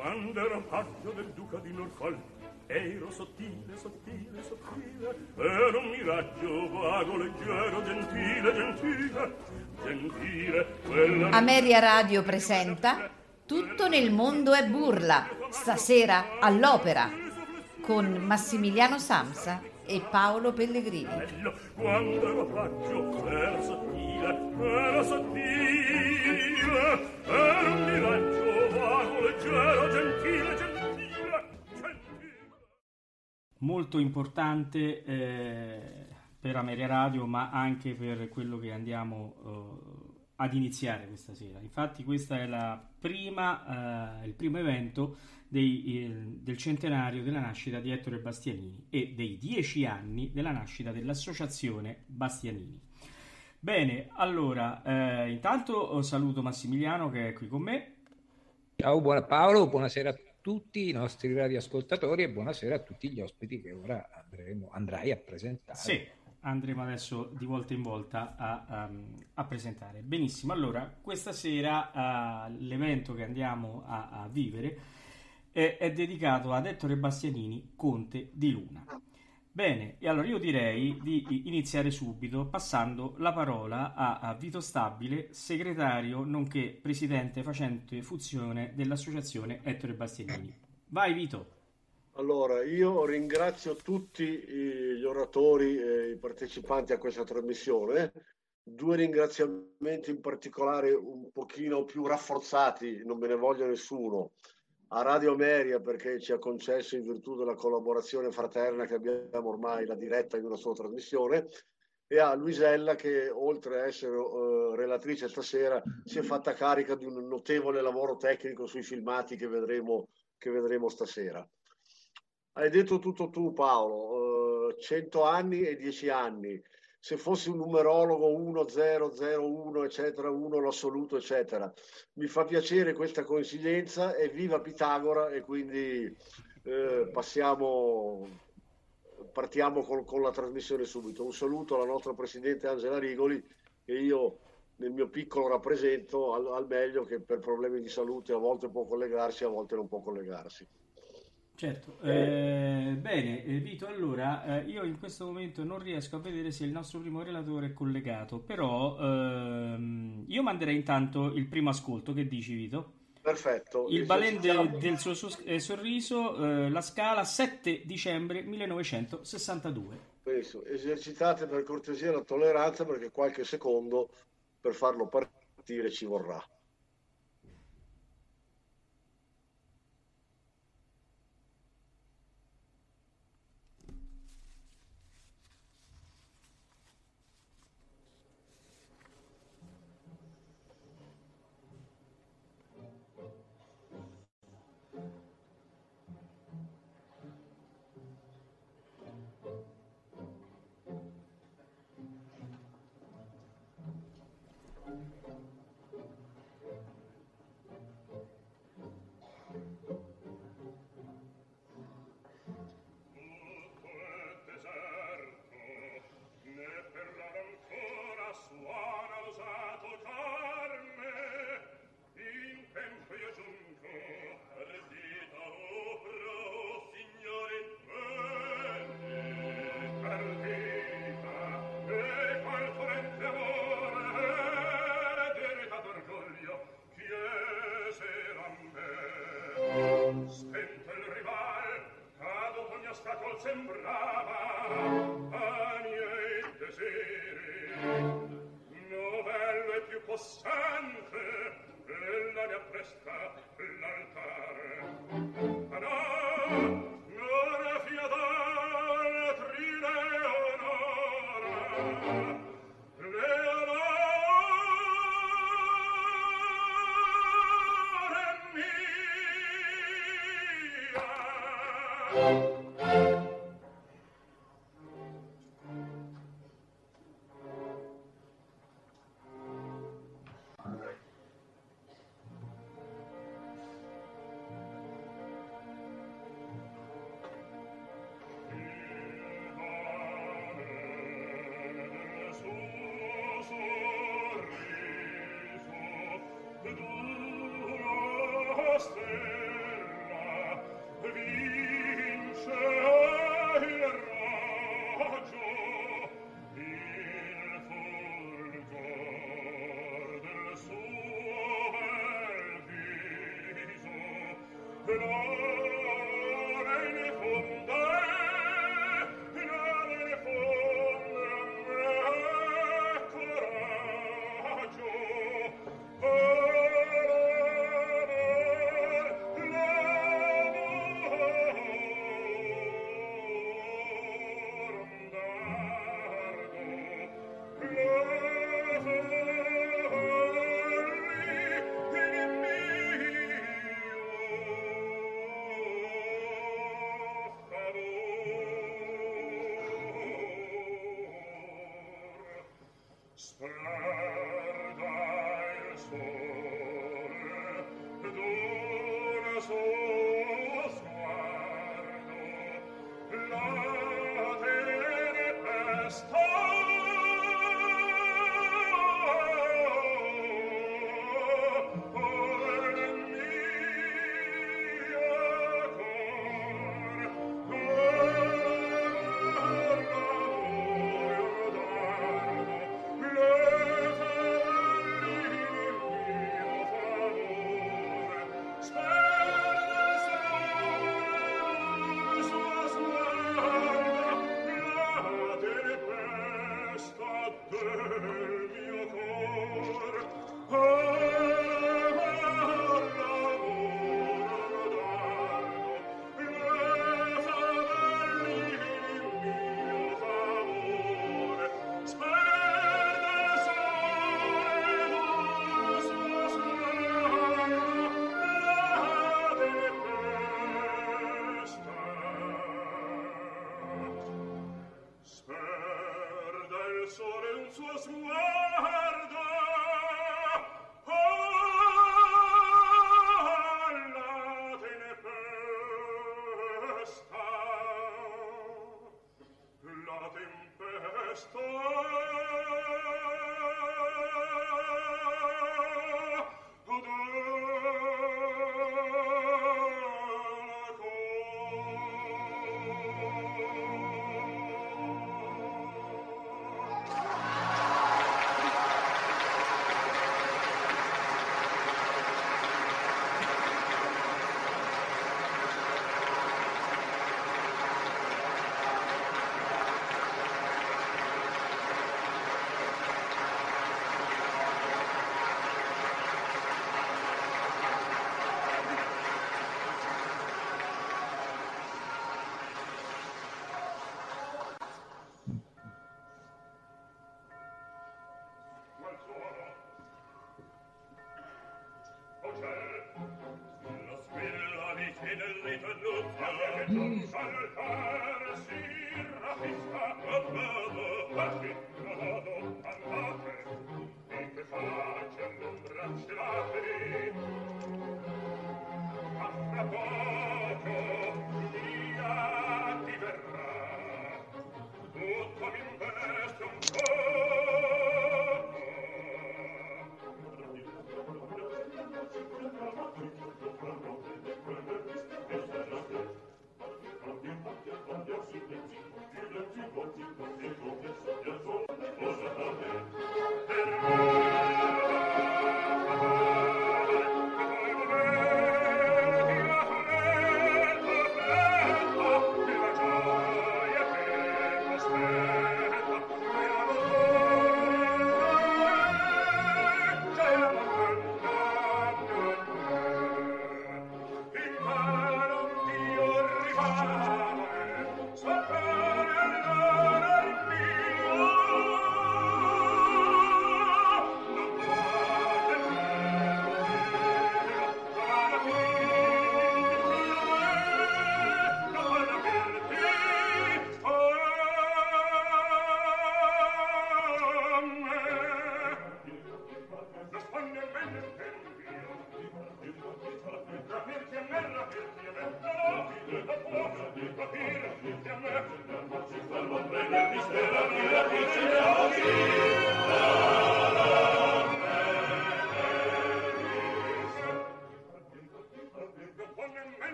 Quando ero paggio del duca di Norfolk, ero sottile, sottile, sottile, ero un miraggio vago, leggero, gentile, gentile, gentile. Ameria Radio presenta Tutto nel mondo è burla, stasera all'Opera, con Massimiliano Samsa e Paolo Pellegrini. Quando ero paggio ero sottile, ero un miraggio vago, leggero, gentile, gentile, gentile. Molto importante per Ameria Radio, ma anche per quello che andiamo ad iniziare questa sera. Infatti questa è il primo evento del centenario della nascita di Ettore Bastianini e dei 10 anni della nascita dell'Associazione Bastianini. Bene, allora, intanto saluto Massimiliano che è qui con me. Ciao, Paolo, buonasera a tutti i nostri radioascoltatori e buonasera a tutti gli ospiti che ora andrai a presentare. Sì, andremo adesso di volta in volta a presentare. Benissimo, allora questa sera l'evento che andiamo a vivere è dedicato ad Ettore Bastianini, conte di Luna. Bene, e allora io direi di iniziare subito passando la parola a Vito Stabile, segretario nonché presidente facente funzione dell'associazione Ettore Bastianini. Vai Vito! Allora, io ringrazio tutti gli oratori e i partecipanti a questa trasmissione. 2 ringraziamenti in particolare un pochino più rafforzati, non me ne voglia nessuno, a Radio Ameria perché ci ha concesso in virtù della collaborazione fraterna che abbiamo ormai la diretta in una sola trasmissione, e a Luisella che oltre a essere relatrice stasera si è fatta carica di un notevole lavoro tecnico sui filmati che vedremo stasera. Hai detto tutto tu Paolo, 100 anni e 10 anni. Se fossi un numerologo 1, 0, 0, 1, eccetera, 1 l'assoluto, eccetera. Mi fa piacere questa coincidenza e viva Pitagora, e quindi partiamo con la trasmissione subito. Un saluto alla nostra presidente Angela Rigoli, che io nel mio piccolo rappresento al meglio, che per problemi di salute a volte può collegarsi, a volte non può collegarsi. Certo, bene Vito, allora io in questo momento non riesco a vedere se il nostro primo relatore è collegato, però io manderei intanto il primo ascolto. Che dici Vito? Perfetto. Il Balen del suo sorriso, la Scala, 7 dicembre 1962. Penso, esercitate per cortesia la tolleranza perché qualche secondo per farlo partire ci vorrà. Stelle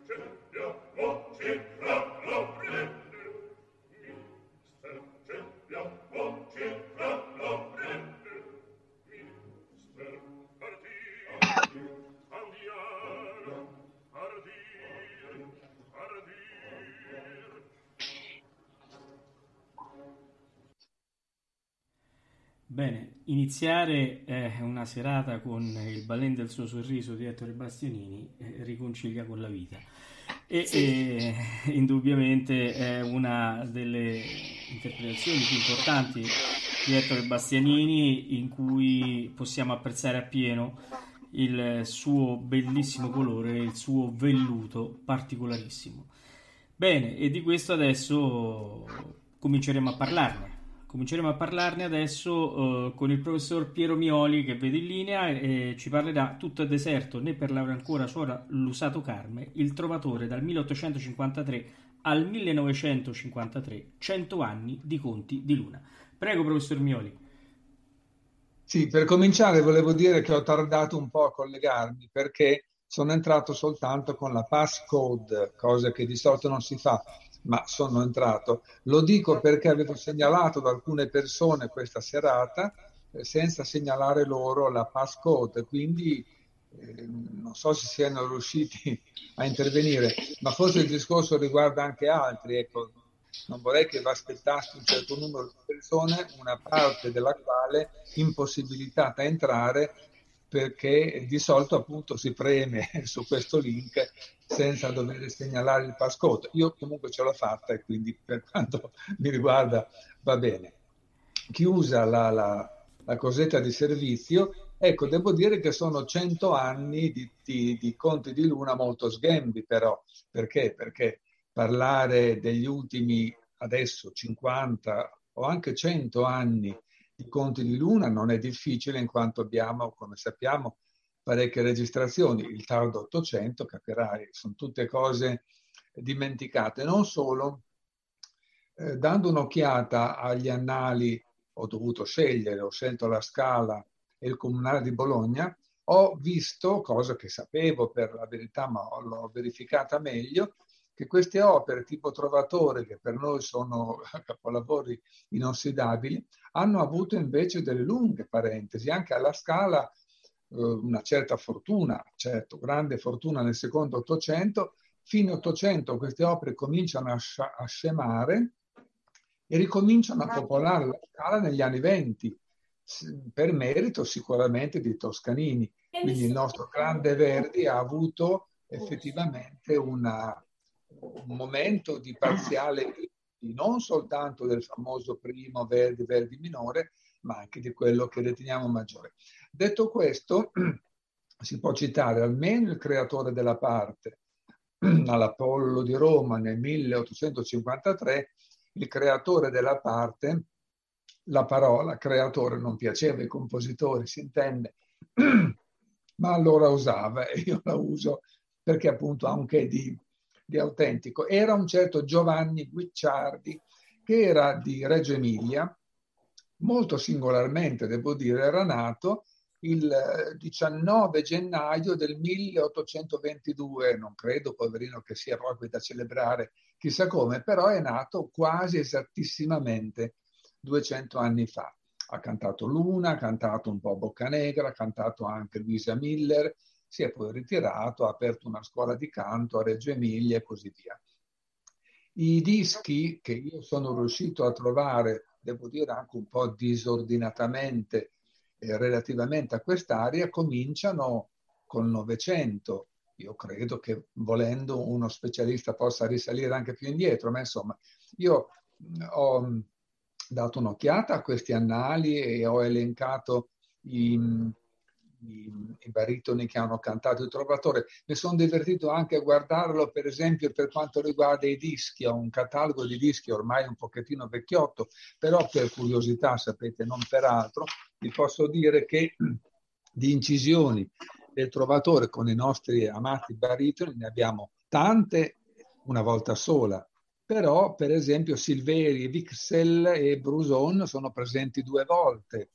Bene, iniziare una serata con il ballen del suo sorriso di Ettore Bastianini riconcilia con la vita e indubbiamente è una delle interpretazioni più importanti di Ettore Bastianini, in cui possiamo apprezzare appieno il suo bellissimo colore, il suo velluto particolarissimo. Bene, e di questo adesso cominceremo a parlarne. Cominceremo a parlarne adesso con il professor Piero Mioli, che vedo in linea, e ci parlerà Tutto è deserto, né per Laura ancora suona l'usato Carme, il Trovatore dal 1853 al 1953, 100 anni di conti di Luna. Prego, professor Mioli. Sì, per cominciare volevo dire che ho tardato un po' a collegarmi perché sono entrato soltanto con la passcode, cosa che di solito non si fa, ma sono entrato. Lo dico perché avevo segnalato ad alcune persone questa serata senza segnalare loro la passcode, quindi non so se siano riusciti a intervenire, ma forse il discorso riguarda anche altri. Ecco, non vorrei che vi aspettaste un certo numero di persone, una parte della quale impossibilitata a entrare perché di solito appunto si preme su questo link senza dover segnalare il passcode. Io comunque ce l'ho fatta e quindi per quanto mi riguarda va bene. Chiusa la cosetta di servizio, ecco, devo dire che sono 100 anni di conti di Luna molto sghembi, però. Perché? Perché parlare degli ultimi adesso 50 o anche 100 anni di conti di Luna non è difficile, in quanto abbiamo, come sappiamo, parecchie registrazioni. Il tardo Ottocento, capirai, sono tutte cose dimenticate. Non solo, dando un'occhiata agli annali, ho dovuto scegliere, ho scelto la Scala e il Comunale di Bologna, ho visto, cosa che sapevo per la verità, ma l'ho verificata meglio, che queste opere tipo Trovatore, che per noi sono capolavori inossidabili, hanno avuto invece delle lunghe parentesi. Anche alla Scala una certa fortuna, certo, grande fortuna nel secondo Ottocento. Fine Ottocento queste opere cominciano a scemare e ricominciano a popolare la Scala negli anni *20, per merito sicuramente di Toscanini. Quindi il nostro grande Verdi ha avuto effettivamente un momento di parziale non soltanto del famoso primo Verdi minore, ma anche di quello che riteniamo maggiore. Detto questo, si può citare almeno il creatore della parte all'Apollo di Roma nel 1853. Il creatore della parte, la parola creatore non piaceva ai compositori, si intende, ma allora usava, e io la uso perché appunto ha un che di autentico. Era un certo Giovanni Guicciardi, che era di Reggio Emilia, molto singolarmente devo dire, era nato il 19 gennaio del 1822, non credo, poverino, che sia proprio da celebrare chissà come, però è nato quasi esattissimamente 200 anni fa. Ha cantato Luna, ha cantato un po' Boccanegra, ha cantato anche Luisa Miller, si è poi ritirato, ha aperto una scuola di canto a Reggio Emilia e così via. I dischi che io sono riuscito a trovare, devo dire anche un po' disordinatamente relativamente a quest'area, cominciano col Novecento. Io credo che volendo uno specialista possa risalire anche più indietro, ma insomma io ho dato un'occhiata a questi annali e ho elencato i baritoni che hanno cantato il Trovatore. Mi sono divertito anche a guardarlo, per esempio, per quanto riguarda i dischi. Ho un catalogo di dischi ormai un pochettino vecchiotto, però per curiosità, sapete, non per altro, vi posso dire che di incisioni del Trovatore con i nostri amati baritoni ne abbiamo tante una volta sola. Però, per esempio, Silveri, Wixel e Bruson sono presenti 2 volte.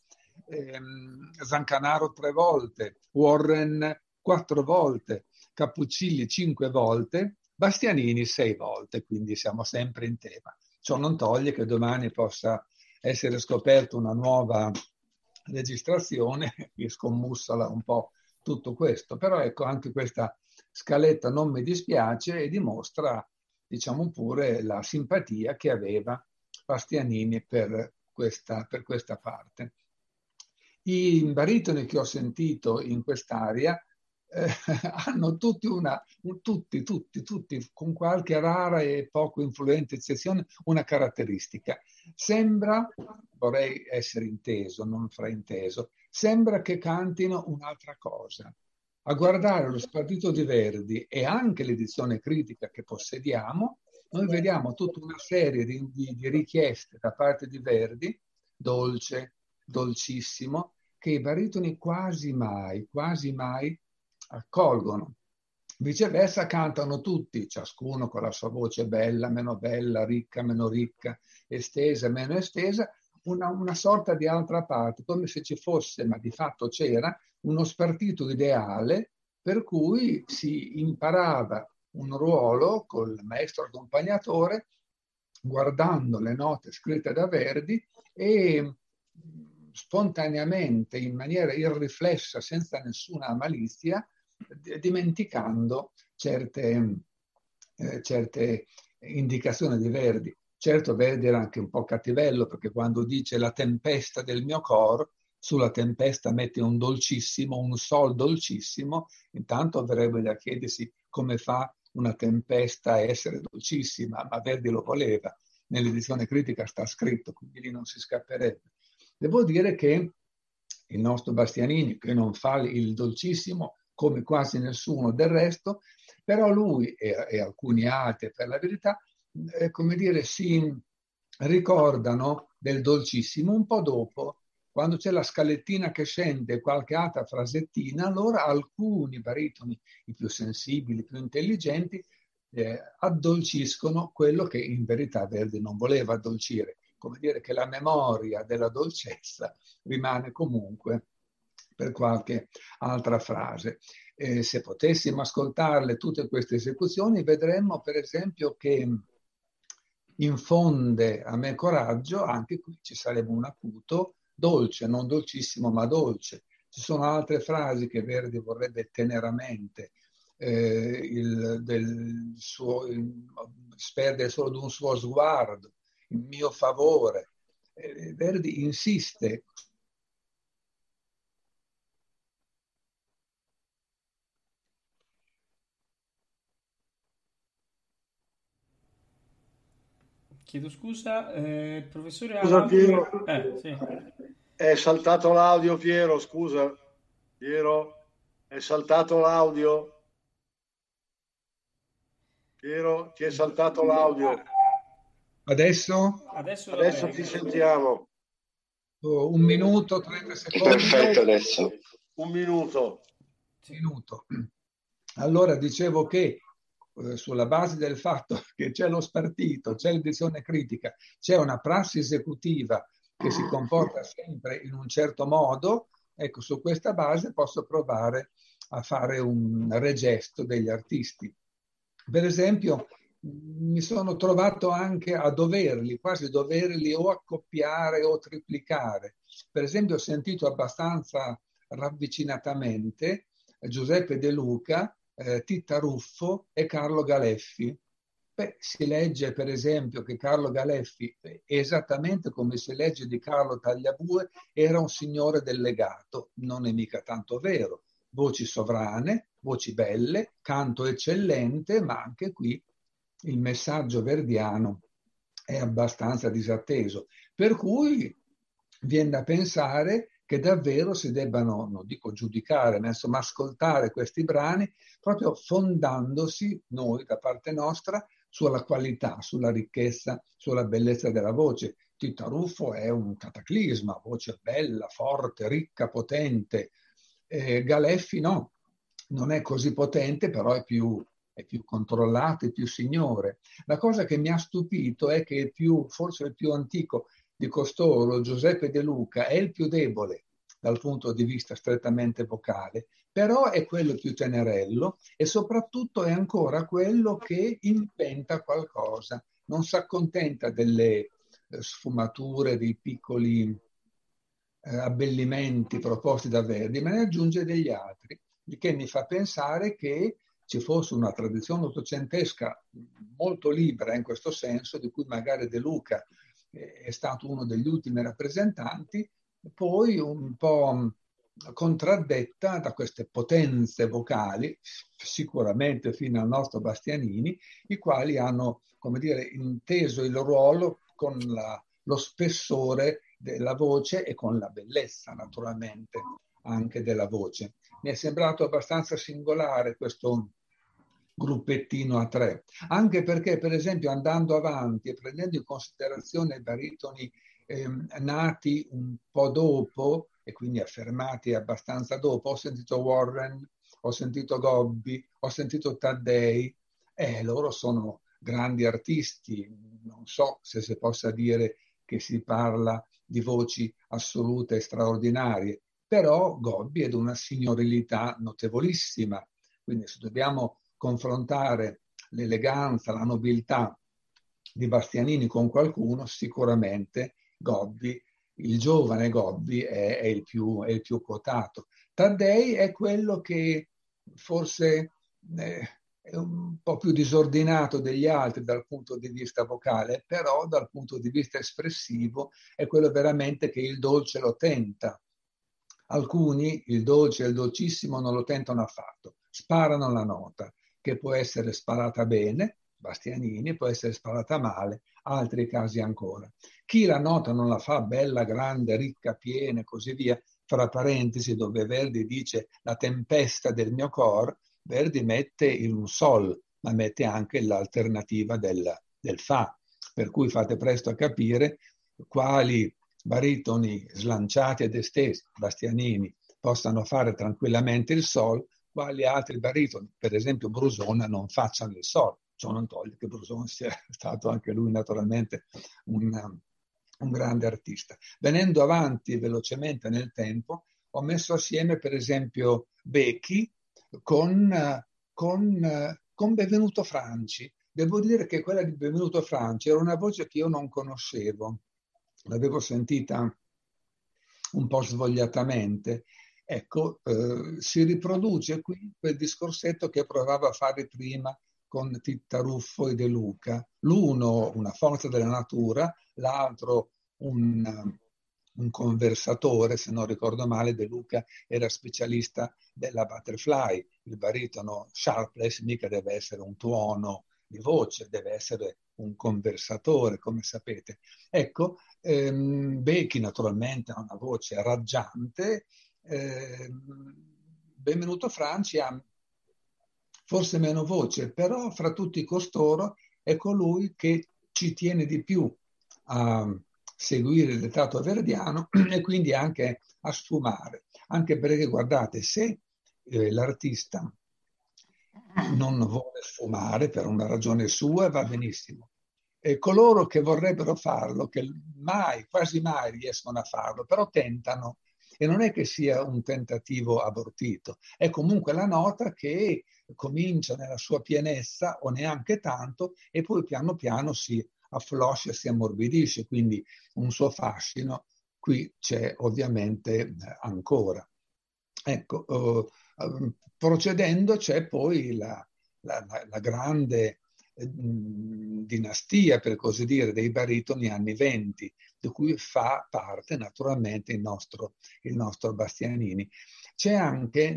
Zancanaro 3 volte, Warren 4 volte, Cappuccilli 5 volte, Bastianini 6 volte, quindi siamo sempre in tema. Ciò non toglie che domani possa essere scoperta una nuova registrazione che scommussola un po' tutto questo. Però ecco, anche questa scaletta non mi dispiace e dimostra, diciamo pure, la simpatia che aveva Bastianini per questa parte. I baritoni che ho sentito in quest'aria hanno tutti tutti, con qualche rara e poco influente eccezione, una caratteristica. Sembra, vorrei essere inteso, non frainteso, sembra che cantino un'altra cosa. A guardare lo Spartito di Verdi e anche l'edizione critica che possediamo, noi vediamo tutta una serie di richieste da parte di Verdi, dolce, dolcissimo, che i baritoni quasi mai accolgono. Viceversa cantano tutti, ciascuno con la sua voce bella, meno bella, ricca, meno ricca, estesa, meno estesa, una sorta di altra parte, come se ci fosse, ma di fatto c'era, uno spartito ideale per cui si imparava un ruolo col maestro accompagnatore guardando le note scritte da Verdi e spontaneamente, in maniera irriflessa, senza nessuna malizia, dimenticando certe indicazioni di Verdi. Certo, Verdi era anche un po' cattivello, perché quando dice la tempesta del mio cor, sulla tempesta mette un dolcissimo, un sol dolcissimo, intanto verrebbe da chiedersi come fa una tempesta a essere dolcissima, ma Verdi lo voleva. Nell'edizione critica sta scritto, quindi lì non si scapperebbe. Devo dire che il nostro Bastianini, che non fa il dolcissimo come quasi nessuno del resto, però lui e alcuni altri, per la verità, come dire, si ricordano del dolcissimo un po' dopo, quando c'è la scalettina che scende, qualche altra frasettina, allora alcuni baritoni, i più sensibili, i più intelligenti, addolciscono quello che in verità Verdi non voleva addolcire, come dire che la memoria della dolcezza rimane comunque per qualche altra frase. Se potessimo ascoltarle tutte queste esecuzioni, vedremmo per esempio che infonde a me coraggio, anche qui ci sarebbe un acuto dolce, non dolcissimo ma dolce. Ci sono altre frasi che Verdi vorrebbe teneramente sperdere solo di un suo sguardo in mio favore. Verdi insiste. Chiedo scusa, professore. Scusa Piero, sì. è saltato l'audio Piero, scusa. Piero, è saltato l'audio. Piero, ti è saltato l'audio. Adesso ti sentiamo. 1 minuto, 30 secondi. Perfetto, adesso. 1 minuto. Allora dicevo che sulla base del fatto che c'è lo spartito, c'è l'edizione critica, c'è una prassi esecutiva che si comporta sempre in un certo modo, ecco, su questa base posso provare a fare un regesto degli artisti. Per esempio, mi sono trovato anche a quasi doverli o accoppiare o triplicare. Per esempio, ho sentito abbastanza ravvicinatamente Giuseppe De Luca, Titta Ruffo e Carlo Galeffi. Si legge per esempio che Carlo Galeffi, esattamente come si legge di Carlo Tagliabue, era un signore del legato. Non è mica tanto vero. Voci sovrane, voci belle, canto eccellente, ma anche qui il messaggio verdiano è abbastanza disatteso. Per cui viene da pensare che davvero si debbano, non dico giudicare, ma insomma ascoltare questi brani proprio fondandosi noi da parte nostra sulla qualità, sulla ricchezza, sulla bellezza della voce. Titta Ruffo è un cataclisma, voce bella, forte, ricca, potente. Galeffi no, non è così potente, però è più controllato, è più signore. La cosa che mi ha stupito è che forse il più antico di costoro, Giuseppe De Luca, è il più debole, dal punto di vista strettamente vocale, però è quello più tenerello e soprattutto è ancora quello che inventa qualcosa, non si accontenta delle sfumature, dei piccoli abbellimenti proposti da Verdi, ma ne aggiunge degli altri, il che mi fa pensare che ci fosse una tradizione ottocentesca molto libera in questo senso, di cui magari De Luca è stato uno degli ultimi rappresentanti, poi un po' contraddetta da queste potenze vocali, sicuramente fino al nostro Bastianini, i quali hanno, come dire, inteso il ruolo con lo spessore della voce e con la bellezza, naturalmente, anche della voce. Mi è sembrato abbastanza singolare questo gruppettino a tre, anche perché, per esempio, andando avanti e prendendo in considerazione i baritoni nati un po' dopo e quindi affermati abbastanza dopo, ho sentito Warren, ho sentito Gobbi, ho sentito Taddei, loro sono grandi artisti, non so se si possa dire che si parla di voci assolute e straordinarie, però Gobbi è di una signorilità notevolissima, quindi se dobbiamo confrontare l'eleganza, la nobiltà di Bastianini con qualcuno, sicuramente Gobbi, il giovane Gobbi è il più quotato. Taddei è quello che forse è un po' più disordinato degli altri dal punto di vista vocale, però dal punto di vista espressivo è quello veramente che il dolce lo tenta. Alcuni il dolce e il dolcissimo non lo tentano affatto, sparano la nota, che può essere sparata bene, Bastianini, può essere sparata male, altri casi ancora. Chi la nota non la fa bella, grande, ricca, piena e così via, fra parentesi dove Verdi dice la tempesta del mio cor, Verdi mette il un sol, ma mette anche l'alternativa del fa, per cui fate presto a capire quali baritoni slanciati ed estesi, Bastianini, possano fare tranquillamente il sol, quali altri baritoni, per esempio Brusona, non facciano il sol. Ciò non toglie che Brusona sia stato anche lui naturalmente un grande artista. Venendo avanti velocemente nel tempo, ho messo assieme per esempio Becchi con Benvenuto Franci. Devo dire che quella di Benvenuto Franci era una voce che io non conoscevo, l'avevo sentita un po' svogliatamente. Ecco, si riproduce qui quel discorsetto che provavo a fare prima con Tittaruffo e De Luca. L'uno una forza della natura, l'altro un conversatore, se non ricordo male. De Luca era specialista della butterfly, il baritono sharpless mica deve essere un tuono di voce, deve essere un conversatore, come sapete. Ecco, Becchi naturalmente ha una voce raggiante, Benvenuto Franci ha forse meno voce, però fra tutti costoro è colui che ci tiene di più a seguire il dettato verdiano e quindi anche a sfumare, anche perché guardate, se l'artista non vuole sfumare per una ragione sua va benissimo, e coloro che vorrebbero farlo, che mai, quasi mai riescono a farlo, però tentano, e non è che sia un tentativo abortito, è comunque la nota che comincia nella sua pienezza o neanche tanto e poi piano piano si affloscia, si ammorbidisce, quindi un suo fascino qui c'è ovviamente ancora. Ecco, procedendo c'è poi la grande dinastia, per così dire, dei baritoni anni 20, di cui fa parte naturalmente il nostro Bastianini. C'è anche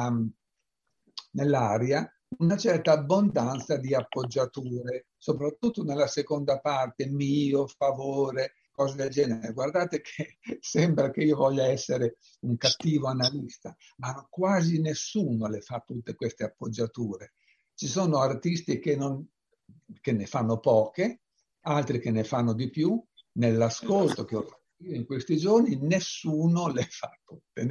nell'aria una certa abbondanza di appoggiature, soprattutto nella seconda parte, mio, favore, cose del genere. Guardate che sembra che io voglia essere un cattivo analista, ma quasi nessuno le fa tutte queste appoggiature. Ci sono artisti che ne fanno poche, altri che ne fanno di più. Nell'ascolto che ho fatto io in questi giorni nessuno le fa tutte.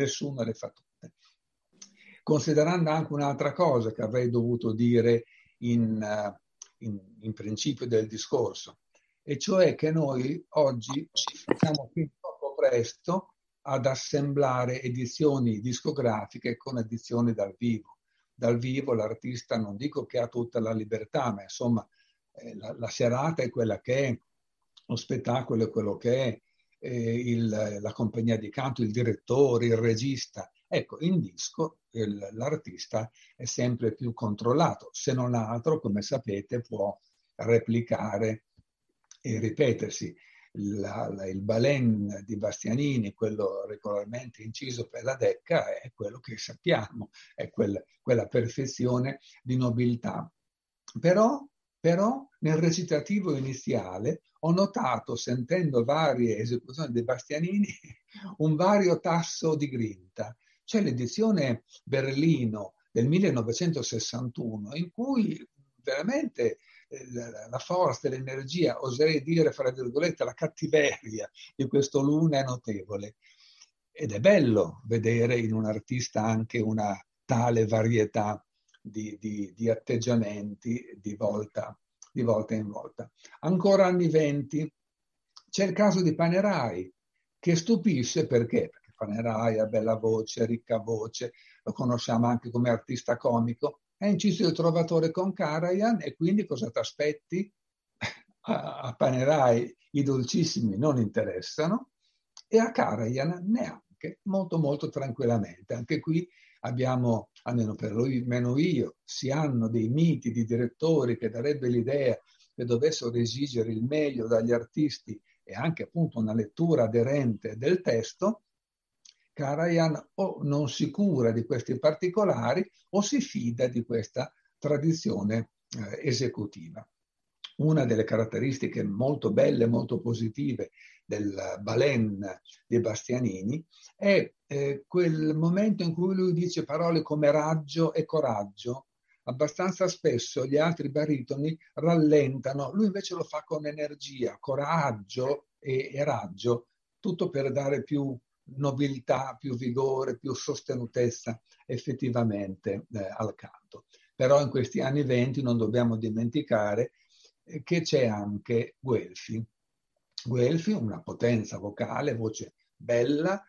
Considerando anche un'altra cosa che avrei dovuto dire in principio del discorso, e cioè che noi oggi siamo qui troppo presto ad assemblare edizioni discografiche con edizioni dal vivo. Dal vivo l'artista non dico che ha tutta la libertà, ma insomma la serata è quella che è, lo spettacolo è quello che è, la compagnia di canto, il direttore, il regista. Ecco, in disco l'artista è sempre più controllato, se non altro, come sapete, può replicare e ripetersi. Il Balen di Bastianini, quello regolarmente inciso per la Decca, è quello che sappiamo, è quella perfezione di nobiltà. Però nel recitativo iniziale ho notato, sentendo varie esecuzioni di Bastianini, un vario tasso di grinta. C'è l'edizione Berlino del 1961 in cui veramente la forza, l'energia, oserei dire, fra virgolette, la cattiveria di questo Luna è notevole. Ed è bello vedere in un artista anche una tale varietà di atteggiamenti di volta in volta. Ancora anni 20, c'è il caso di Panerai, che stupisce perché Panerai ha bella voce, ricca voce, lo conosciamo anche come artista comico, è inciso il Trovatore con Karajan e quindi cosa ti aspetti? A Panerai i dolcissimi non interessano e a Karajan neanche, molto molto tranquillamente. Anche qui abbiamo, almeno per lui, meno io, si hanno dei miti di direttori che darebbe l'idea che dovessero esigere il meglio dagli artisti e anche appunto una lettura aderente del testo. Karajan o non si cura di questi particolari o si fida di questa tradizione esecutiva. Una delle caratteristiche molto belle, molto positive del Balen di Bastianini è quel momento in cui lui dice parole come raggio e coraggio. Abbastanza spesso gli altri baritoni rallentano, lui invece lo fa con energia, coraggio e raggio, tutto per dare più nobiltà, più vigore, più sostenutezza effettivamente al canto. Però in questi anni 20 non dobbiamo dimenticare che c'è anche Guelfi. Guelfi, una potenza vocale, voce bella,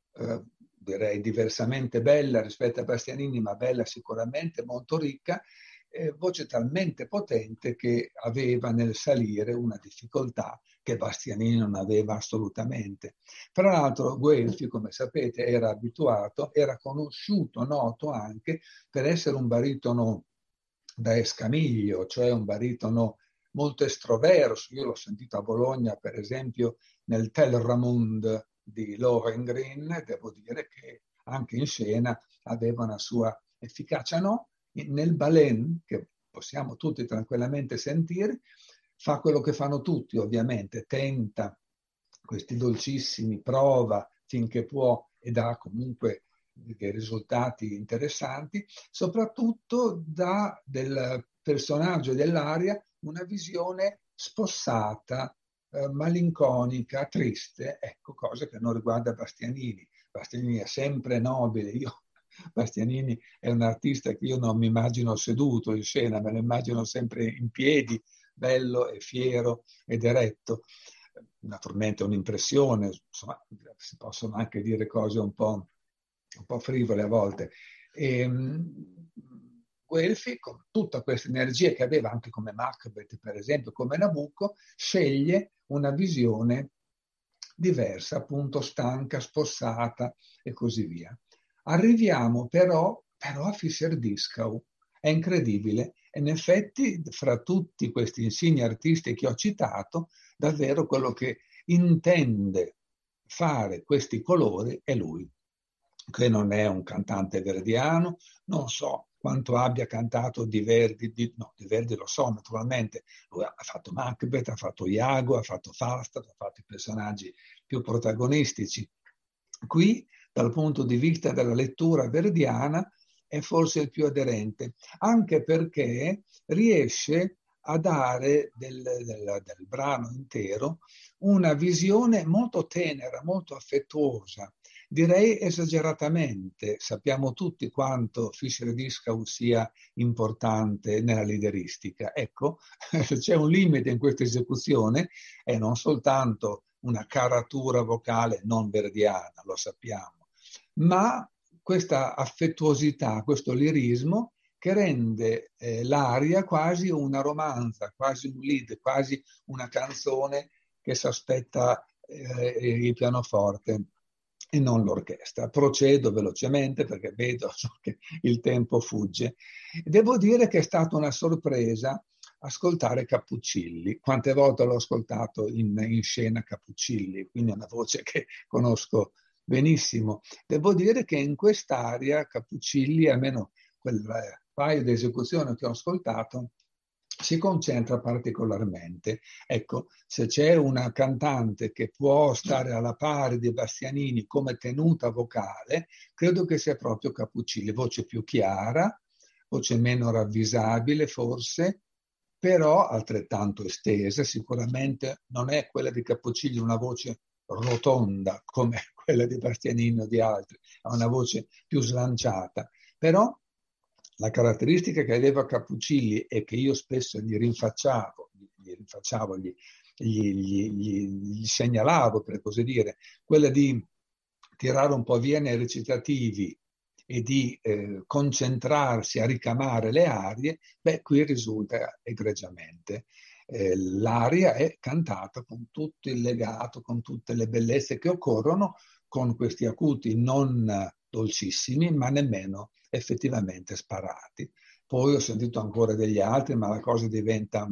direi diversamente bella rispetto a Bastianini, ma bella sicuramente, molto ricca, voce talmente potente che aveva nel salire una difficoltà che Bastianini non aveva assolutamente. Tra l'altro Guelfi, come sapete, era abituato, era conosciuto, noto anche per essere un baritono da escamiglio, cioè un baritono molto estroverso. Io l'ho sentito a Bologna, per esempio, nel Telramund di Lohengrin, devo dire che anche in scena aveva una sua efficacia. No, nel Balen, che possiamo tutti tranquillamente sentire, fa quello che fanno tutti, ovviamente, tenta questi dolcissimi, prova finché può e dà comunque dei risultati interessanti, soprattutto dà del personaggio e dell'aria una visione spossata, malinconica, triste, ecco, cosa che non riguarda Bastianini. Bastianini è sempre nobile. Bastianini è un artista che io non mi immagino seduto in scena, me lo immagino sempre in piedi, bello e fiero ed eretto. Naturalmente un'impressione, insomma, si possono anche dire cose un po' frivole a volte. Guelfi, con tutta questa energia che aveva anche come Macbeth, per esempio, come Nabucco, sceglie una visione diversa, appunto stanca, spossata e così via. Arriviamo però a Fischer-Dieskau. È incredibile. In effetti, fra tutti questi insigni artisti che ho citato, davvero quello che intende fare questi colori è lui, che non è un cantante verdiano, non so quanto abbia cantato di Verdi, di Verdi lo so naturalmente, lui ha fatto Macbeth, ha fatto Iago, ha fatto Falstaff, ha fatto i personaggi più protagonistici. Qui, dal punto di vista della lettura verdiana, è forse il più aderente, anche perché riesce a dare del brano intero una visione molto tenera, molto affettuosa, direi esageratamente. Sappiamo tutti quanto Fischer-Dieskau sia importante nella lideristica. Ecco, c'è un limite in questa esecuzione e non soltanto una caratura vocale non verdiana, lo sappiamo, ma questa affettuosità, questo lirismo che rende l'aria quasi una romanza, quasi un lead, quasi una canzone che si aspetta il pianoforte e non l'orchestra. Procedo velocemente perché vedo che il tempo fugge. Devo dire che è stata una sorpresa ascoltare Cappuccilli. Quante volte l'ho ascoltato in scena Cappuccilli, quindi è una voce che conosco benissimo. Devo dire che in quest'aria Cappuccilli, almeno quel paio di esecuzioni che ho ascoltato, si concentra particolarmente. Ecco, se c'è una cantante che può stare alla pari di Bastianini come tenuta vocale, credo che sia proprio Cappuccilli. Voce più chiara, voce meno ravvisabile forse, però altrettanto estesa. Sicuramente non è quella di Cappuccilli una voce rotonda come quella di Bastianini o di altri, ha una voce più slanciata, però la caratteristica che aveva Cappuccilli e che io spesso gli segnalavo, per così dire, quella di tirare un po' via nei recitativi e di concentrarsi a ricamare le arie, qui risulta egregiamente. L'aria è cantata con tutto il legato, con tutte le bellezze che occorrono, con questi acuti non dolcissimi, ma nemmeno effettivamente sparati. Poi ho sentito ancora degli altri, ma la cosa diventa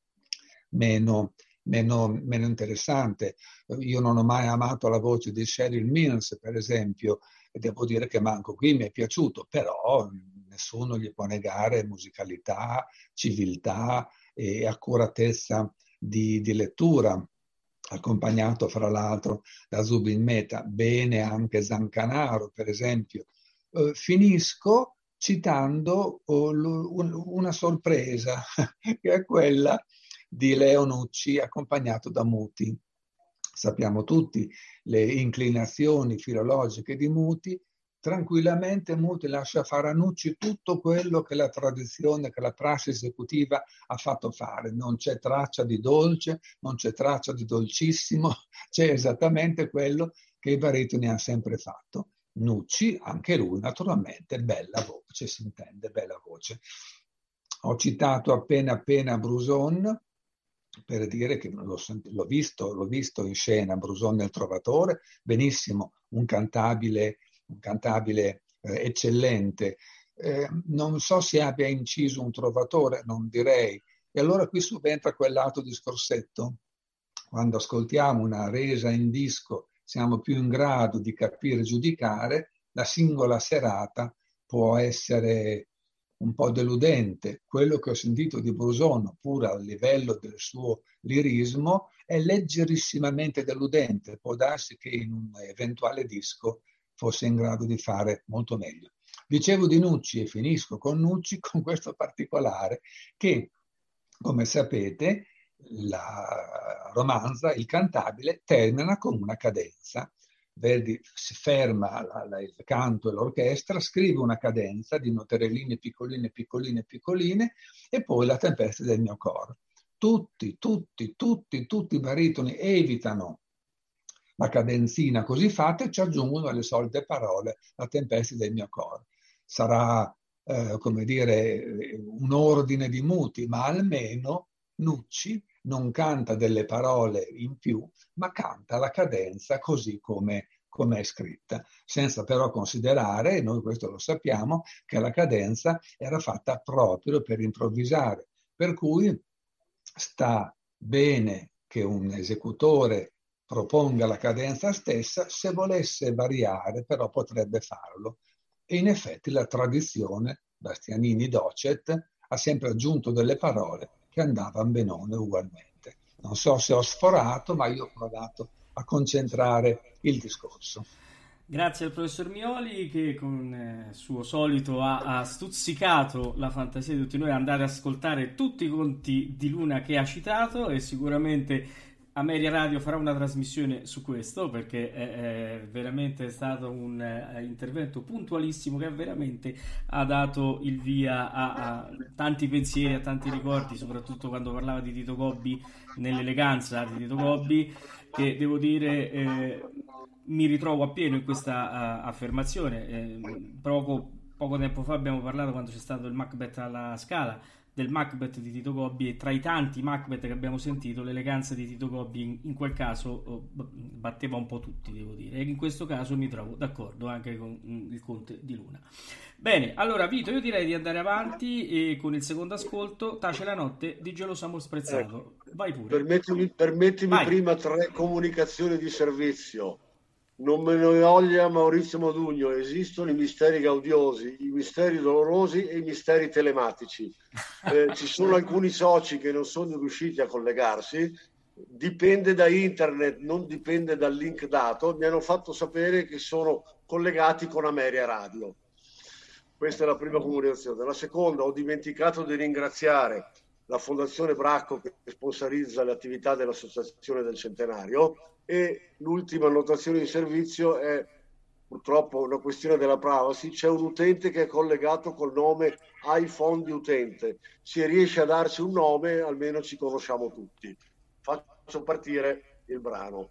meno interessante. Io non ho mai amato la voce di Cheryl Mills, per esempio, e devo dire che manco qui mi è piaciuto, però nessuno gli può negare musicalità, civiltà e accuratezza di lettura, accompagnato fra l'altro da Zubin Mehta, bene anche Zancanaro, per esempio. Finisco citando una sorpresa, che è quella di Leo Nucci accompagnato da Muti. Sappiamo tutti le inclinazioni filologiche di Muti. Tranquillamente Muti lascia fare a Nucci tutto quello che la tradizione, che la prassi esecutiva ha fatto fare. Non c'è traccia di dolce, non c'è traccia di dolcissimo, c'è esattamente quello che i baritoni hanno sempre fatto. Nucci, anche lui naturalmente, bella voce, si intende, bella voce. Ho citato appena Bruson per dire che l'ho visto in scena, Bruson nel Trovatore, benissimo, un cantabile eccellente. Non so se abbia inciso un Trovatore, non direi. E allora qui subentra quell'altro discorsetto. Quando ascoltiamo una resa in disco siamo più in grado di capire e giudicare, la singola serata può essere un po' deludente. Quello che ho sentito di Bruson, pur a livello del suo lirismo, è leggerissimamente deludente. Può darsi che in un eventuale disco fosse in grado di fare molto meglio. Dicevo di Nucci e finisco con Nucci, con questo particolare che, come sapete, la romanza, il cantabile, termina con una cadenza. Verdi si ferma il canto e l'orchestra, scrive una cadenza di noterelline piccoline e poi La tempesta del mio cor. Tutti i baritoni evitano la cadenzina così fatta e ci aggiungono le solite parole, La tempesta del mio cor. Sarà, come dire, un ordine di muti, ma almeno Nucci non canta delle parole in più, ma canta la cadenza così come è scritta, senza però considerare, e noi questo lo sappiamo, che la cadenza era fatta proprio per improvvisare, per cui sta bene che un esecutore proponga la cadenza stessa, se volesse variare però potrebbe farlo. E in effetti la tradizione Bastianini Docet ha sempre aggiunto delle parole che andavano benone ugualmente. Non so se ho sforato, ma io ho provato a concentrare il discorso. Grazie al professor Mioli che con suo solito ha stuzzicato la fantasia di tutti noi, andare ad ascoltare tutti i conti di Luna che ha citato e sicuramente Ameria Radio farà una trasmissione su questo, perché è veramente stato un intervento puntualissimo che veramente ha dato il via a tanti pensieri, a tanti ricordi, soprattutto quando parlava di Tito Gobbi, nell'eleganza di Tito Gobbi, che devo dire mi ritrovo appieno in questa affermazione. Poco tempo fa abbiamo parlato, quando c'è stato il Macbeth alla Scala, del Macbeth di Tito Gobbi, e tra i tanti Macbeth che abbiamo sentito l'eleganza di Tito Gobbi in quel caso batteva un po' tutti, devo dire, e in questo caso mi trovo d'accordo anche con il Conte di Luna. Bene, allora Vito, io direi di andare avanti e con il secondo ascolto, Tace la notte di Geloso Amor Sprezzato. Vai pure. Permettimi Vai. prima 3 comunicazioni di servizio. Non me ne voglia Maurizio Modugno, esistono i misteri gaudiosi, i misteri dolorosi e i misteri telematici. Ci sono alcuni soci che non sono riusciti a collegarsi, dipende da internet, non dipende dal link dato. Mi hanno fatto sapere che sono collegati con Ameria Radio. Questa è la prima comunicazione. La seconda, ho dimenticato di ringraziare la Fondazione Bracco, che sponsorizza le attività dell'Associazione del Centenario, e l'ultima annotazione di servizio è purtroppo una questione della privacy. C'è un utente che è collegato col nome iPhone di utente. Se riesce a darci un nome, almeno ci conosciamo tutti. Faccio partire il brano.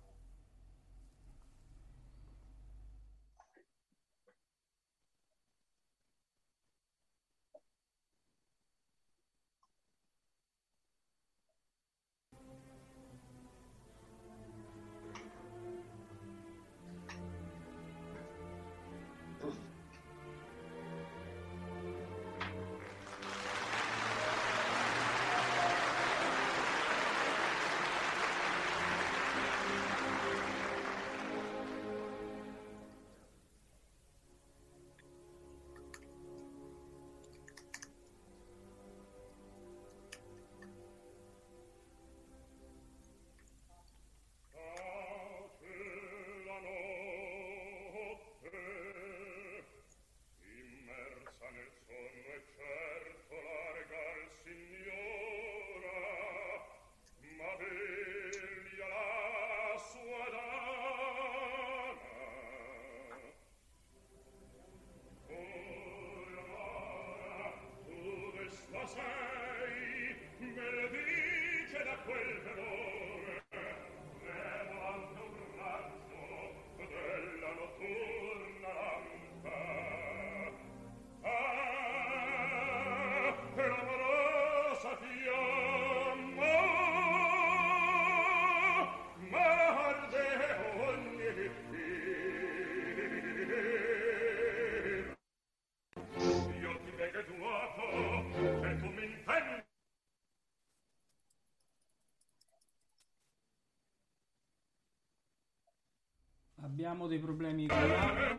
Abbiamo dei problemi con l'audio.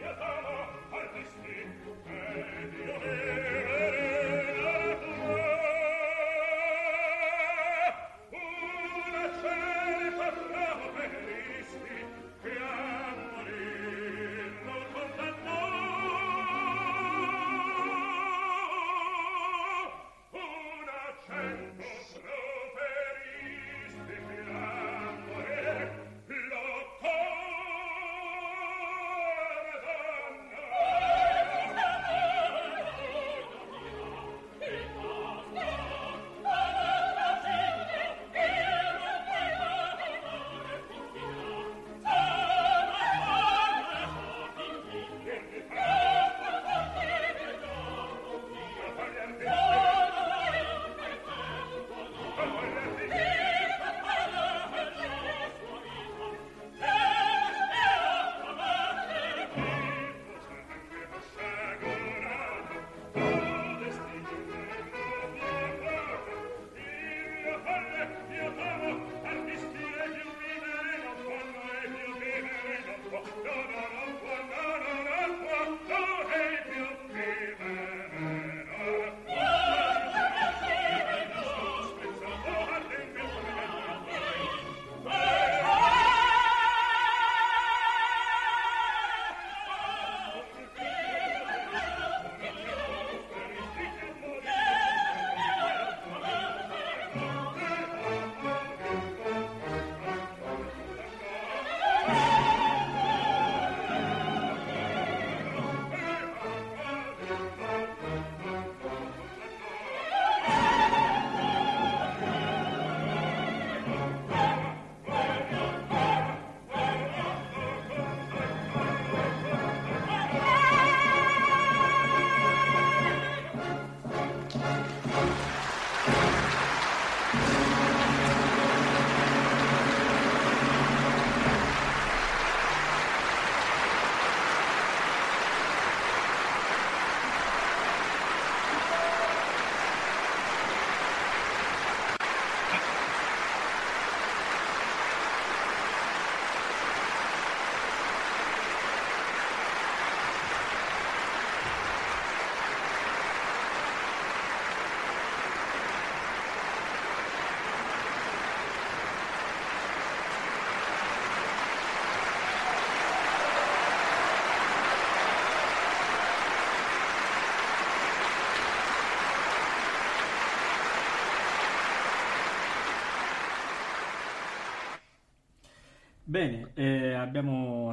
Bene, abbiamo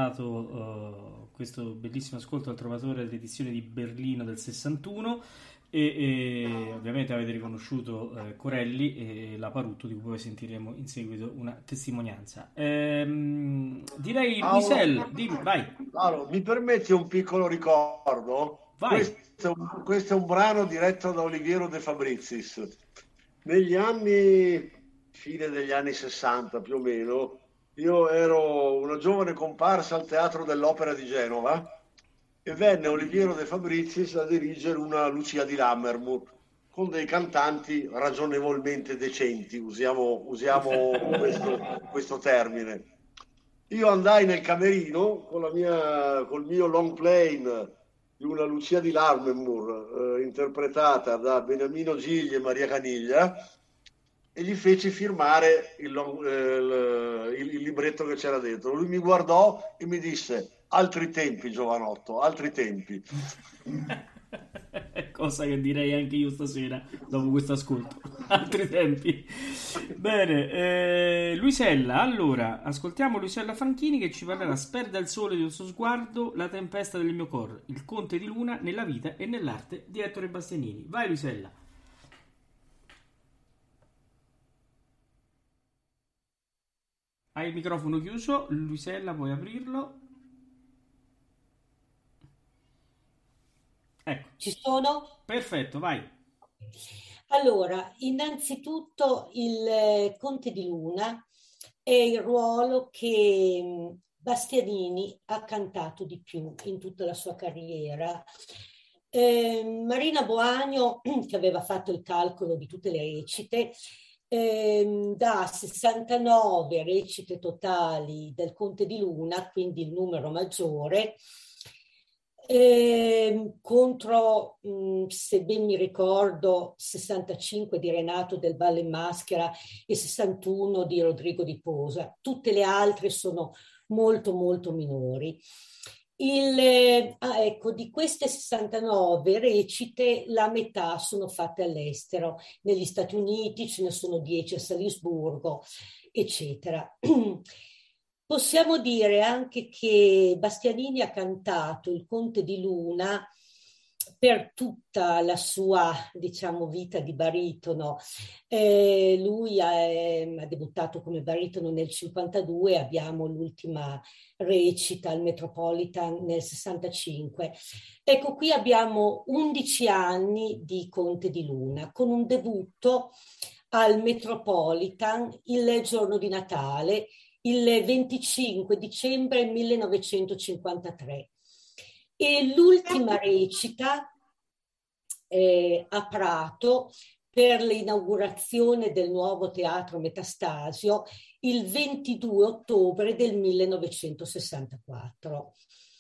ascoltato questo bellissimo ascolto al Trovatore dell'edizione di Berlino del 61 e ovviamente avete riconosciuto Corelli e la Parutto, di cui poi sentiremo in seguito una testimonianza. Direi Luisel, vai. Allora, mi permetti un piccolo ricordo? Vai. Questo è un brano diretto da Oliviero De Fabrizis. Negli anni, fine degli anni 60 più o meno, io ero una giovane comparsa al Teatro dell'Opera di Genova e venne Oliviero De Fabrizis a dirigere una Lucia di Lammermoor con dei cantanti ragionevolmente decenti, usiamo questo termine. Io andai nel camerino col mio long plane di una Lucia di Lammermoor interpretata da Beniamino Gigli e Maria Caniglia, e gli feci firmare il libretto che c'era dentro. Lui mi guardò e mi disse: altri tempi, giovanotto, altri tempi. Cosa che direi anche io stasera dopo questo ascolto. Altri tempi. Bene, Luisella, allora ascoltiamo Luisella Franchini che ci parlerà Sperda il sole del suo sguardo, la tempesta del mio cor, il conte di luna nella vita e nell'arte di Ettore Bastianini. Vai Luisella. Hai il microfono chiuso, Luisella, puoi aprirlo? Ecco. Ci sono? Perfetto, vai. Allora, innanzitutto il Conte di Luna è il ruolo che Bastianini ha cantato di più in tutta la sua carriera. Marina Boagno, che aveva fatto il calcolo di tutte le recite, da 69 recite totali del Conte di Luna, quindi il numero maggiore, contro, se ben mi ricordo, 65 di Renato del Valle in Maschera e 61 di Rodrigo di Posa. Tutte le altre sono molto molto minori. Ecco, di queste 69 recite, la metà sono fatte all'estero. Negli Stati Uniti ce ne sono 10 a Salisburgo, eccetera. Possiamo dire anche che Bastianini ha cantato il Conte di Luna per tutta la sua, diciamo, vita di baritono. Lui ha debuttato come baritono nel 52, abbiamo l'ultima recita al Metropolitan nel 65. Ecco, qui abbiamo 11 anni di Conte di Luna, con un debutto al Metropolitan il giorno di Natale, il 25 dicembre 1953. E l'ultima recita a Prato per l'inaugurazione del nuovo teatro Metastasio il 22 ottobre del 1964.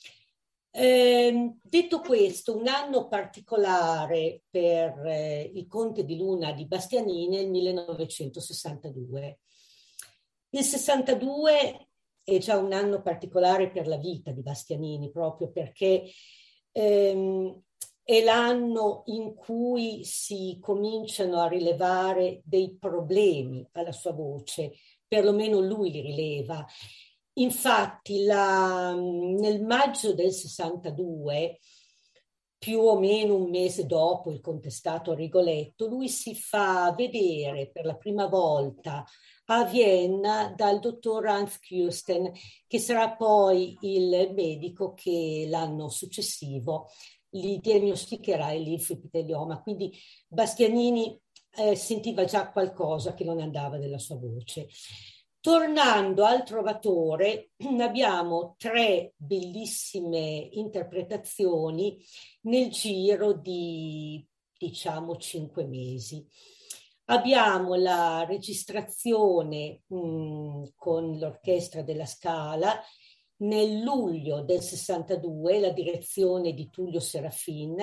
Detto questo, un anno particolare per il Conte di Luna di Bastianini è il 1962. Il 62 è già un anno particolare per la vita di Bastianini, proprio perché è l'anno in cui si cominciano a rilevare dei problemi alla sua voce, perlomeno lui li rileva. Infatti nel maggio del 62, più o meno un mese dopo il contestato Rigoletto, lui si fa vedere per la prima volta a Vienna dal dottor Hans Kirsten, che sarà poi il medico che l'anno successivo gli diagnosticherà il linfepitelioma. Quindi Bastianini sentiva già qualcosa che non andava nella sua voce. Tornando al Trovatore, abbiamo 3 bellissime interpretazioni nel giro di, diciamo, 5 mesi. Abbiamo la registrazione con l'Orchestra della Scala nel luglio del 62, la direzione di Tullio Serafin,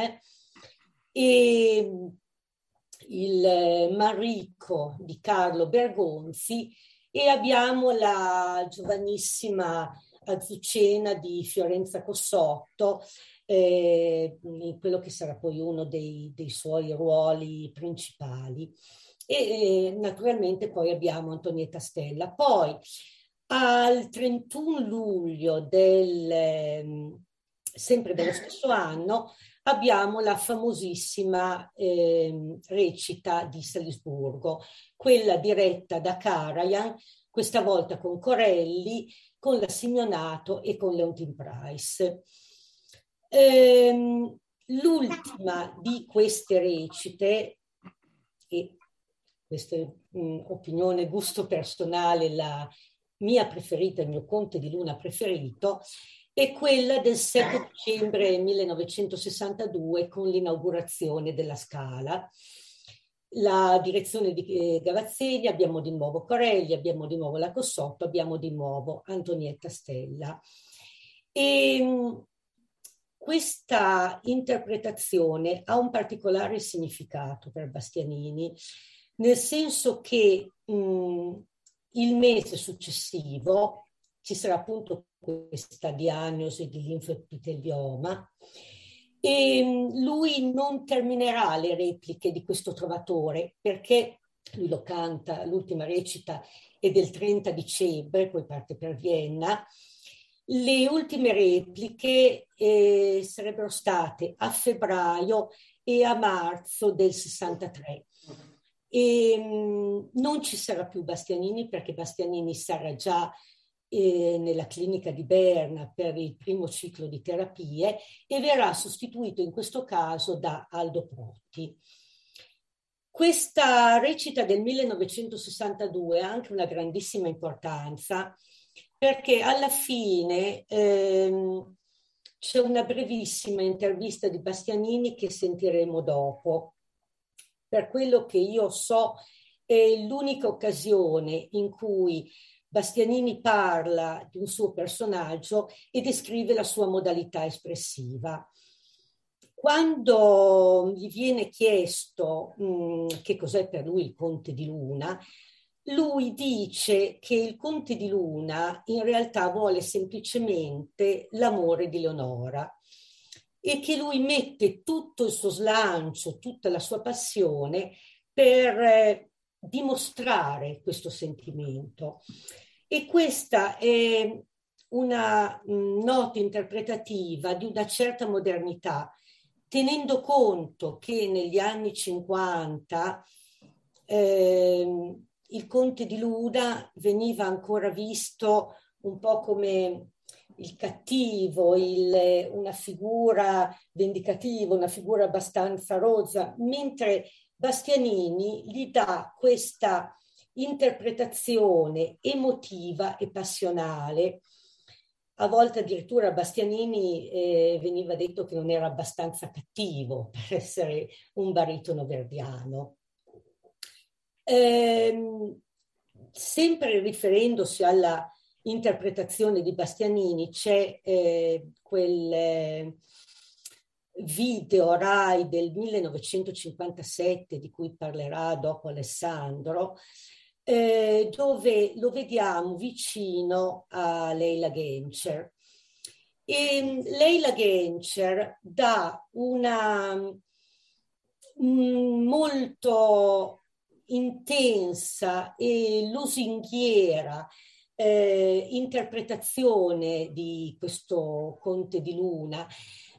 e il Manrico di Carlo Bergonzi, e abbiamo la giovanissima Azucena di Fiorenza Cossotto, in quello che sarà poi uno dei suoi ruoli principali. E naturalmente poi abbiamo Antonietta Stella. Poi al 31 luglio sempre dello stesso anno abbiamo la famosissima recita di Salisburgo, quella diretta da Karajan, questa volta con Corelli, con la Simeonato e con Leontyne Price. L'ultima di queste recite, e questa è opinione, gusto personale, la mia preferita, il mio Conte di Luna preferito, è quella del 7 dicembre 1962 con l'inaugurazione della Scala. La direzione di Gavazzini, abbiamo di nuovo Corelli, abbiamo di nuovo la Cossotto, abbiamo di nuovo Antonietta Stella. E questa interpretazione ha un particolare significato per Bastianini, nel senso che il mese successivo ci sarà appunto questa diagnosi di linfepitelioma e lui non terminerà le repliche di questo Trovatore, perché lui lo canta, l'ultima recita è del 30 dicembre, poi parte per Vienna. Le ultime repliche sarebbero state a febbraio e a marzo del 63. E non ci sarà più Bastianini, perché Bastianini sarà già nella clinica di Berna per il primo ciclo di terapie e verrà sostituito in questo caso da Aldo Protti. Questa recita del 1962 ha anche una grandissima importanza, perché alla fine c'è una brevissima intervista di Bastianini che sentiremo dopo. Per quello che io so, è l'unica occasione in cui Bastianini parla di un suo personaggio e descrive la sua modalità espressiva. Quando gli viene chiesto che cos'è per lui il Conte di Luna, lui dice che il Conte di Luna in realtà vuole semplicemente l'amore di Leonora e che lui mette tutto il suo slancio, tutta la sua passione per dimostrare questo sentimento. E questa è una nota interpretativa di una certa modernità, tenendo conto che negli anni 50 il Conte di Luna veniva ancora visto un po' come il cattivo, una figura vendicativa, una figura abbastanza rozza, mentre Bastianini gli dà questa interpretazione emotiva e passionale. A volte addirittura Bastianini veniva detto che non era abbastanza cattivo per essere un baritono verdiano. Sempre riferendosi alla interpretazione di Bastianini, c'è quel video Rai del 1957 di cui parlerà dopo Alessandro, dove lo vediamo vicino a Leila Gencer. E Leila Gencer dà una molto intensa e lusinghiera interpretazione di questo Conte di Luna.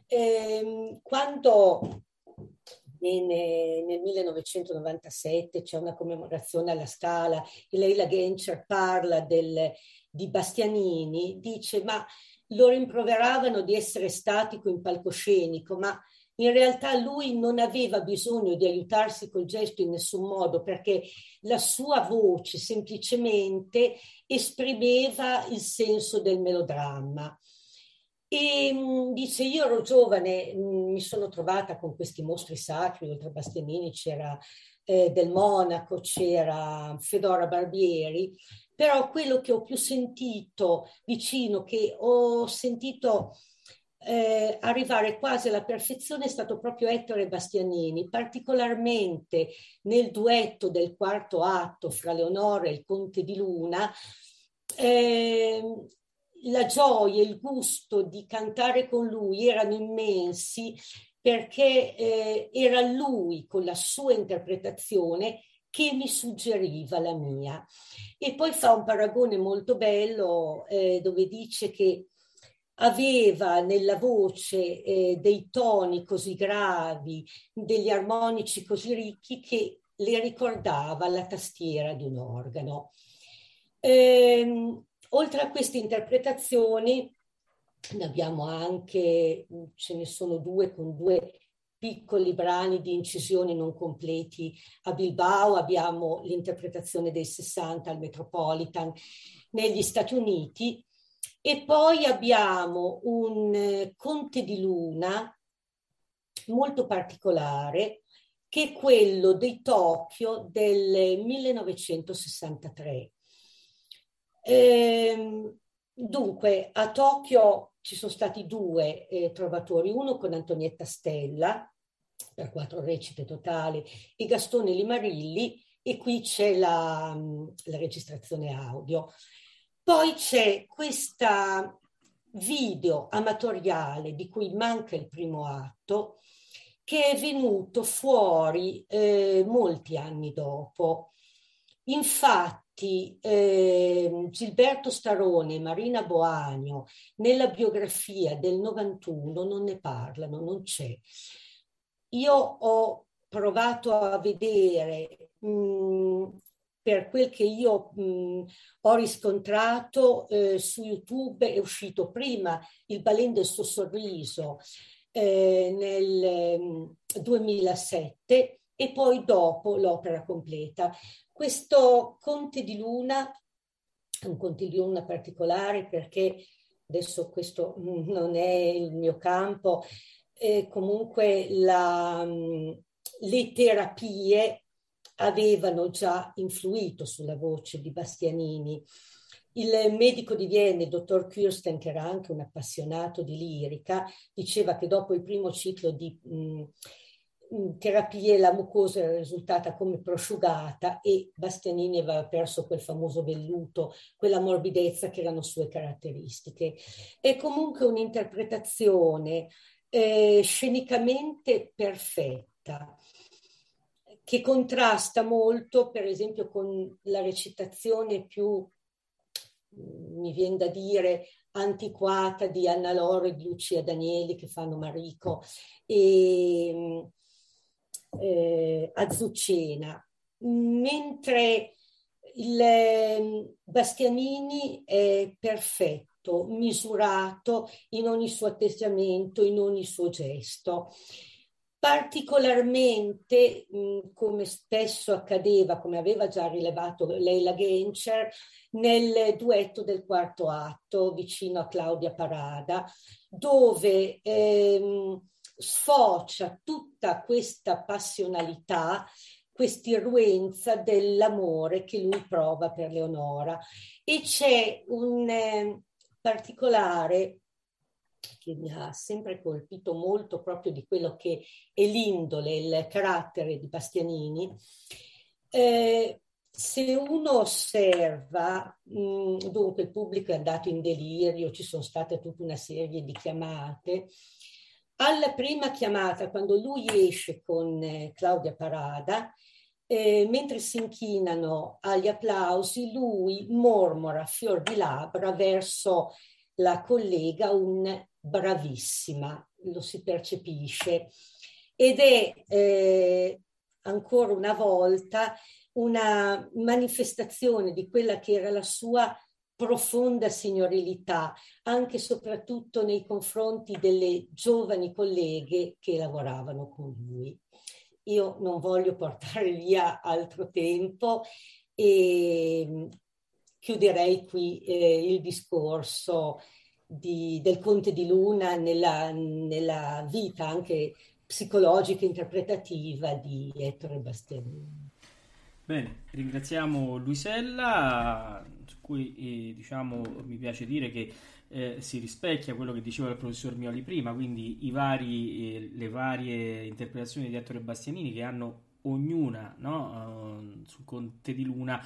Quando nel 1997 c'è una commemorazione alla Scala e Leila Gencer parla di Bastianini, dice ma lo rimproveravano di essere statico in palcoscenico, ma in realtà lui non aveva bisogno di aiutarsi col gesto in nessun modo, perché la sua voce semplicemente esprimeva il senso del melodramma. E dice, io ero giovane, mi sono trovata con questi mostri sacri, oltre a Bastianini c'era Del Monaco, c'era Fedora Barbieri, però quello che ho più sentito vicino, che ho sentito arrivare quasi alla perfezione, è stato proprio Ettore Bastianini, particolarmente nel duetto del quarto atto fra Leonora e il Conte di Luna. La gioia e il gusto di cantare con lui erano immensi, perché era lui con la sua interpretazione che mi suggeriva la mia. E poi fa un paragone molto bello dove dice che aveva nella voce dei toni così gravi, degli armonici così ricchi che le ricordava la tastiera di un organo. Oltre a queste interpretazioni ne abbiamo anche, ce ne sono due con due piccoli brani di incisioni non completi a Bilbao, abbiamo l'interpretazione dei 60 al Metropolitan negli Stati Uniti, e poi abbiamo un Conte di Luna molto particolare che è quello di Tokyo del 1963. Dunque, a Tokyo ci sono stati due trovatori, uno con Antonietta Stella, per 4 recite totali, e Gastone Limarilli, e qui c'è la registrazione audio. Poi c'è questa video amatoriale di cui manca il primo atto, che è venuto fuori molti anni dopo. Infatti Gilberto Starone e Marina Boagno nella biografia del 91 non ne parlano, non c'è. Io ho provato a vedere, per quel che io ho riscontrato su YouTube, è uscito prima Il Balin del suo sorriso nel 2007 e poi dopo l'opera completa. Questo Conte di Luna è un Conte di Luna particolare, perché adesso questo non è il mio campo, comunque le terapie avevano già influito sulla voce di Bastianini, Il medico di Vienna, il dottor Kirsten, che era anche un appassionato di lirica, diceva che dopo il primo ciclo di terapie la mucosa era risultata come prosciugata e Bastianini aveva perso quel famoso velluto, quella morbidezza che erano sue caratteristiche. È comunque un'interpretazione scenicamente perfetta, che contrasta molto, per esempio, con la recitazione più, mi viene da dire, antiquata di Anna Loro e di Lucia Danieli, che fanno Marico e Azucena, mentre il Bastianini è perfetto, misurato in ogni suo atteggiamento, in ogni suo gesto. Particolarmente, come spesso accadeva, come aveva già rilevato Leila Gencer, nel duetto del quarto atto vicino a Claudia Parada, dove sfocia tutta questa passionalità, quest'irruenza dell'amore che lui prova per Leonora. E c'è un particolare che mi ha sempre colpito molto proprio di quello che è l'indole, il carattere di Bastianini. Se uno osserva, dunque il pubblico è andato in delirio, ci sono state tutta una serie di chiamate. Alla prima chiamata, quando lui esce con Claudia Parada, mentre si inchinano agli applausi, lui mormora a fior di labbra verso la collega un bravissima, lo si percepisce, ed è ancora una volta una manifestazione di quella che era la sua profonda signorilità, anche e soprattutto nei confronti delle giovani colleghe che lavoravano con lui. Io non voglio portare via altro tempo e chiuderei qui il discorso del Conte di Luna nella vita anche psicologica e interpretativa di Ettore Bastianini. Bene, ringraziamo Luisella, su cui diciamo mi piace dire che si rispecchia quello che diceva il professor Mioli prima, quindi le varie interpretazioni di Ettore Bastianini che hanno ognuna, no, sul Conte di Luna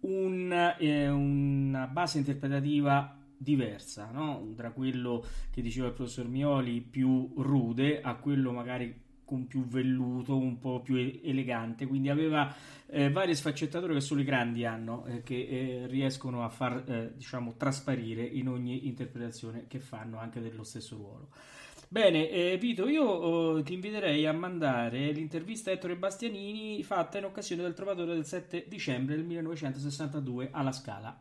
una base interpretativa diversa, no? Tra quello che diceva il professor Mioli più rude a quello magari con più velluto, un po' più elegante, quindi aveva varie sfaccettature che solo i grandi hanno, che riescono a far diciamo trasparire in ogni interpretazione che fanno anche dello stesso ruolo. Bene, Vito, io ti inviterei a mandare l'intervista a Ettore Bastianini fatta in occasione del Trovatore del 7 dicembre del 1962 alla Scala.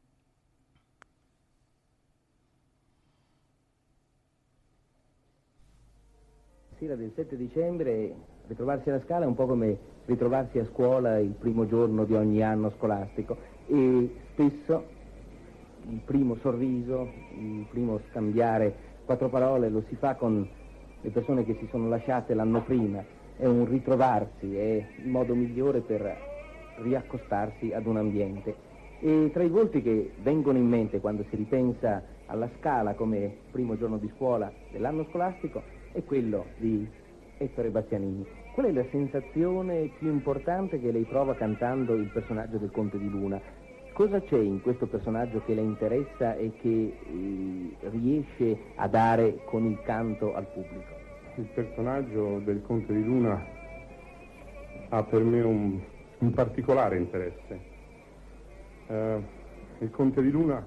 Sera del 7 dicembre ritrovarsi alla Scala è un po' come ritrovarsi a scuola il primo giorno di ogni anno scolastico, e spesso il primo sorriso, il primo scambiare quattro parole lo si fa con le persone che si sono lasciate l'anno prima. È un ritrovarsi, è il modo migliore per riaccostarsi ad un ambiente. E tra i volti che vengono in mente quando si ripensa alla Scala come primo giorno di scuola dell'anno scolastico è quello di Ettore Bastianini. Qual è la sensazione più importante che lei prova cantando il personaggio del Conte di Luna? Cosa c'è in questo personaggio che le interessa e che riesce a dare con il canto al pubblico? Il personaggio del Conte di Luna ha per me un particolare interesse. Il Conte di Luna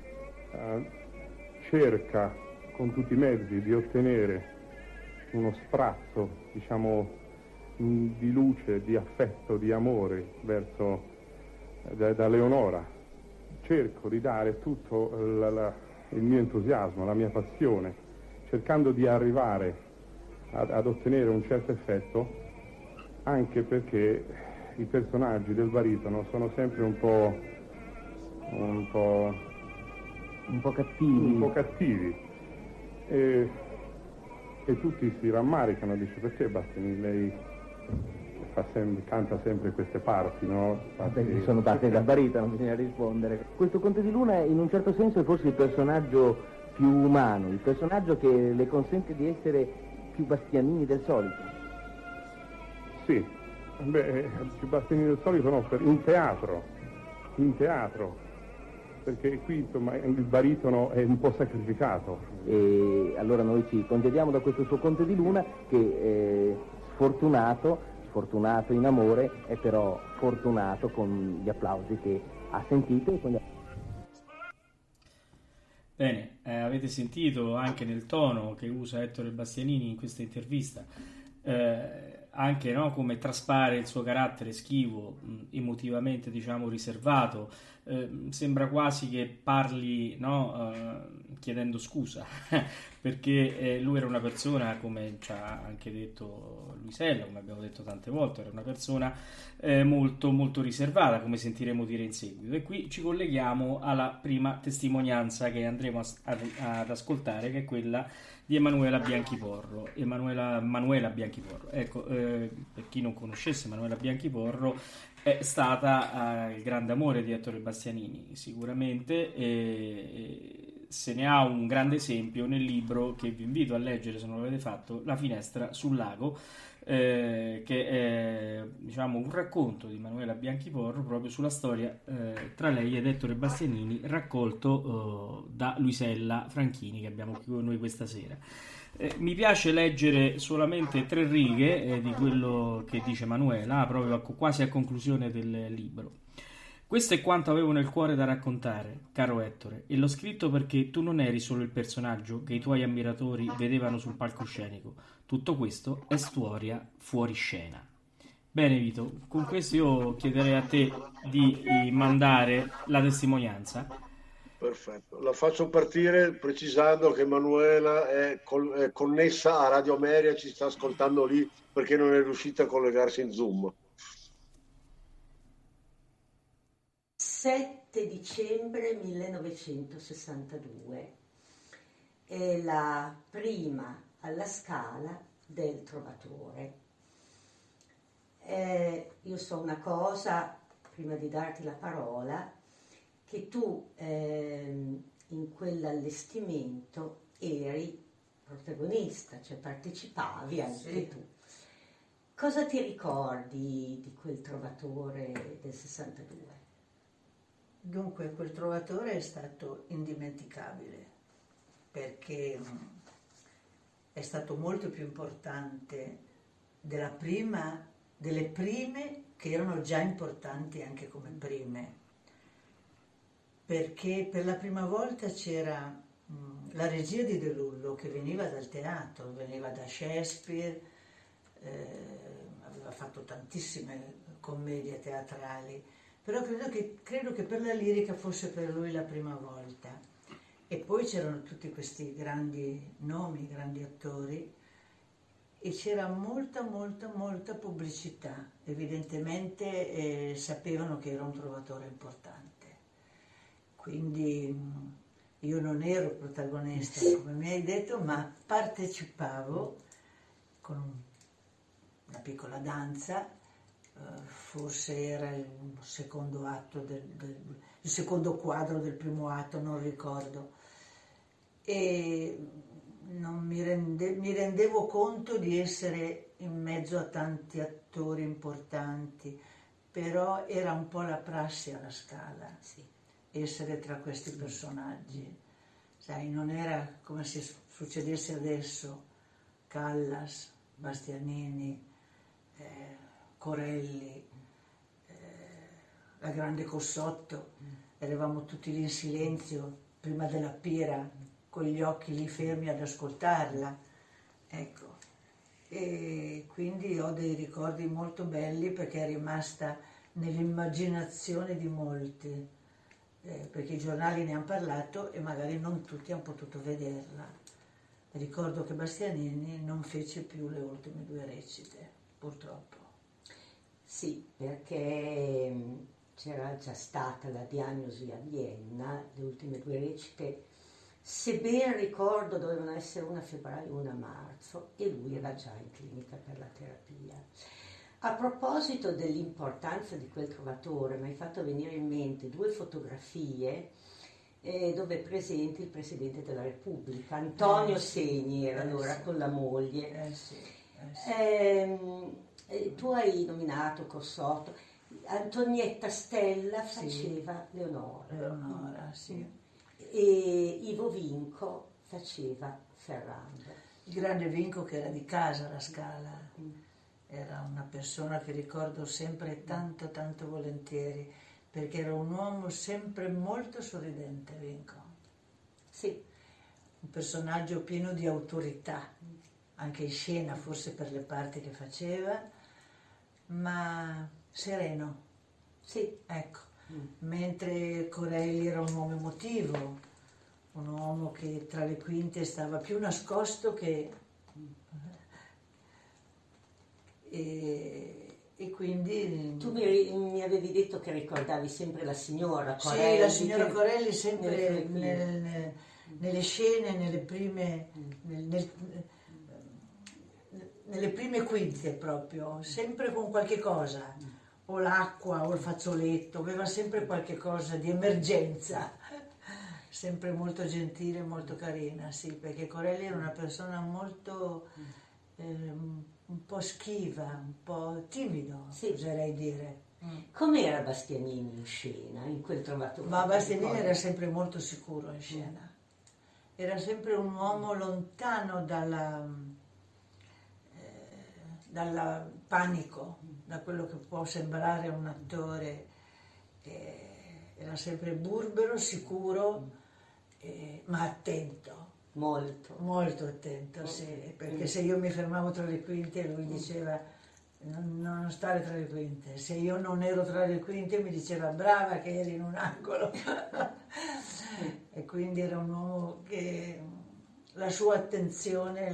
cerca con tutti i mezzi di ottenere uno sprazzo, diciamo, di luce, di affetto, di amore verso da Leonora. Cerco di dare tutto il mio entusiasmo, la mia passione, cercando di arrivare ad ottenere un certo effetto, anche perché i personaggi del baritono sono sempre un po' cattivi. E tutti si rammaricano, dice: perché Bastianini, lei canta sempre queste parti, no? Infatti, sono parti da baritono, bisogna rispondere. Questo Conte di Luna in un certo senso è forse il personaggio più umano, il personaggio che le consente di essere più Bastianini del solito. Sì, più Bastianini del solito no, in teatro, perché qui insomma il baritono è un po' sacrificato. E allora noi ci congediamo da questo suo Conte di Luna che sfortunato in amore è però fortunato con gli applausi che ha sentito e con gli... Bene, avete sentito anche nel tono che usa Ettore Bastianini in questa intervista anche, no, come traspare il suo carattere schivo, emotivamente diciamo riservato. Sembra quasi che parli, no, chiedendo scusa perché lui era una persona, come ci ha anche detto Luisella, come abbiamo detto tante volte, era una persona molto molto riservata, come sentiremo dire in seguito. E qui ci colleghiamo alla prima testimonianza che andremo ad ascoltare, che è quella di Emanuela Bianchiporro. Manuela Bianchiporro, ecco, per chi non conoscesse, Manuela Bianchiporro è stata il grande amore di Ettore Bastianini, sicuramente, e se ne ha un grande esempio nel libro che vi invito a leggere se non l'avete fatto, La finestra sul lago, che è diciamo un racconto di Manuela Bianchiporro proprio sulla storia tra lei ed Ettore Bastianini, raccolto da Luisella Franchini, che abbiamo qui con noi questa sera. Mi piace leggere solamente 3 righe di quello che dice Manuela, proprio quasi a conclusione del libro. Questo è quanto avevo nel cuore da raccontare, caro Ettore, e l'ho scritto perché tu non eri solo il personaggio che i tuoi ammiratori vedevano sul palcoscenico. Tutto questo è storia fuori scena. Bene Vito, con questo io chiederei a te di mandare la testimonianza. Perfetto, la faccio partire precisando che Manuela è connessa a Radio Ameria, ci sta ascoltando lì perché non è riuscita a collegarsi in Zoom. 7 dicembre 1962 è la prima alla Scala del Trovatore. Io so una cosa, prima di darti la parola, che tu in quell'allestimento eri protagonista, cioè partecipavi anche tu. Cosa ti ricordi di quel Trovatore del 62? Dunque, quel Trovatore è stato indimenticabile, perché è stato molto più importante delle prime che erano già importanti anche come prime, perché per la prima volta c'era la regia di De Lullo che veniva dal teatro, veniva da Shakespeare, aveva fatto tantissime commedie teatrali, però credo che per la lirica fosse per lui la prima volta. E poi c'erano tutti questi grandi nomi, grandi attori, e c'era molta pubblicità. Evidentemente sapevano che era un Trovatore importante. Quindi io non ero protagonista, come mi hai detto, ma partecipavo con una piccola danza. Forse era il secondo atto, il secondo quadro del primo atto, non ricordo, e non mi rendevo conto di essere in mezzo a tanti attori importanti, però era un po' la prassi alla Scala, essere tra questi personaggi, sai, non era come se succedesse adesso, Callas, Bastianini, Corelli, la grande Cossotto, eravamo tutti lì in silenzio prima della pira, con gli occhi lì fermi ad ascoltarla, ecco. E quindi ho dei ricordi molto belli perché è rimasta nell'immaginazione di molti, perché i giornali ne hanno parlato e magari non tutti hanno potuto vederla. Ricordo che Bastianini non fece più le ultime 2 recite, purtroppo. Sì, perché c'era già stata la diagnosi a Vienna, le ultime 2 recite, se ben ricordo dovevano essere una a febbraio e una a marzo, e lui era già in clinica per la terapia. A proposito dell'importanza di quel trovatore, mi hai fatto venire in mente 2 fotografie dove è presente il Presidente della Repubblica, Antonio Segni, era allora con la moglie. Tu hai nominato Cossotto, Antonietta Stella faceva Leonora, sì. E Ivo Vinco faceva Ferrando. Il grande Vinco, che era di casa alla Scala, era una persona che ricordo sempre tanto tanto volentieri, perché era un uomo sempre molto sorridente, Vinco. Sì. Un personaggio pieno di autorità, anche in scena, forse per le parti che faceva, ma sereno. Sì. Ecco. Mentre Corelli era un uomo emotivo, un uomo che tra le quinte stava più nascosto che... E quindi... Tu mi avevi detto che ricordavi sempre la signora Corelli. Sì, la signora Corelli sempre nelle scene, nelle prime quinte proprio, sempre con qualche cosa, o l'acqua o il fazzoletto, aveva sempre qualche cosa di emergenza, sempre molto gentile, molto carina, sì, perché Corelli era una persona molto... un po' schiva, un po' timido, sì, oserei dire. Com'era Bastianini in scena, in quel trovatore? Ma Bastianini era sempre molto sicuro in scena. Era sempre un uomo lontano dal panico, da quello che può sembrare un attore. Era sempre burbero, sicuro, ma attento. Molto attento, sì, perché se io mi fermavo tra le quinte lui diceva non stare tra le quinte, se io non ero tra le quinte mi diceva brava che eri in un angolo. E quindi era un uomo che la sua attenzione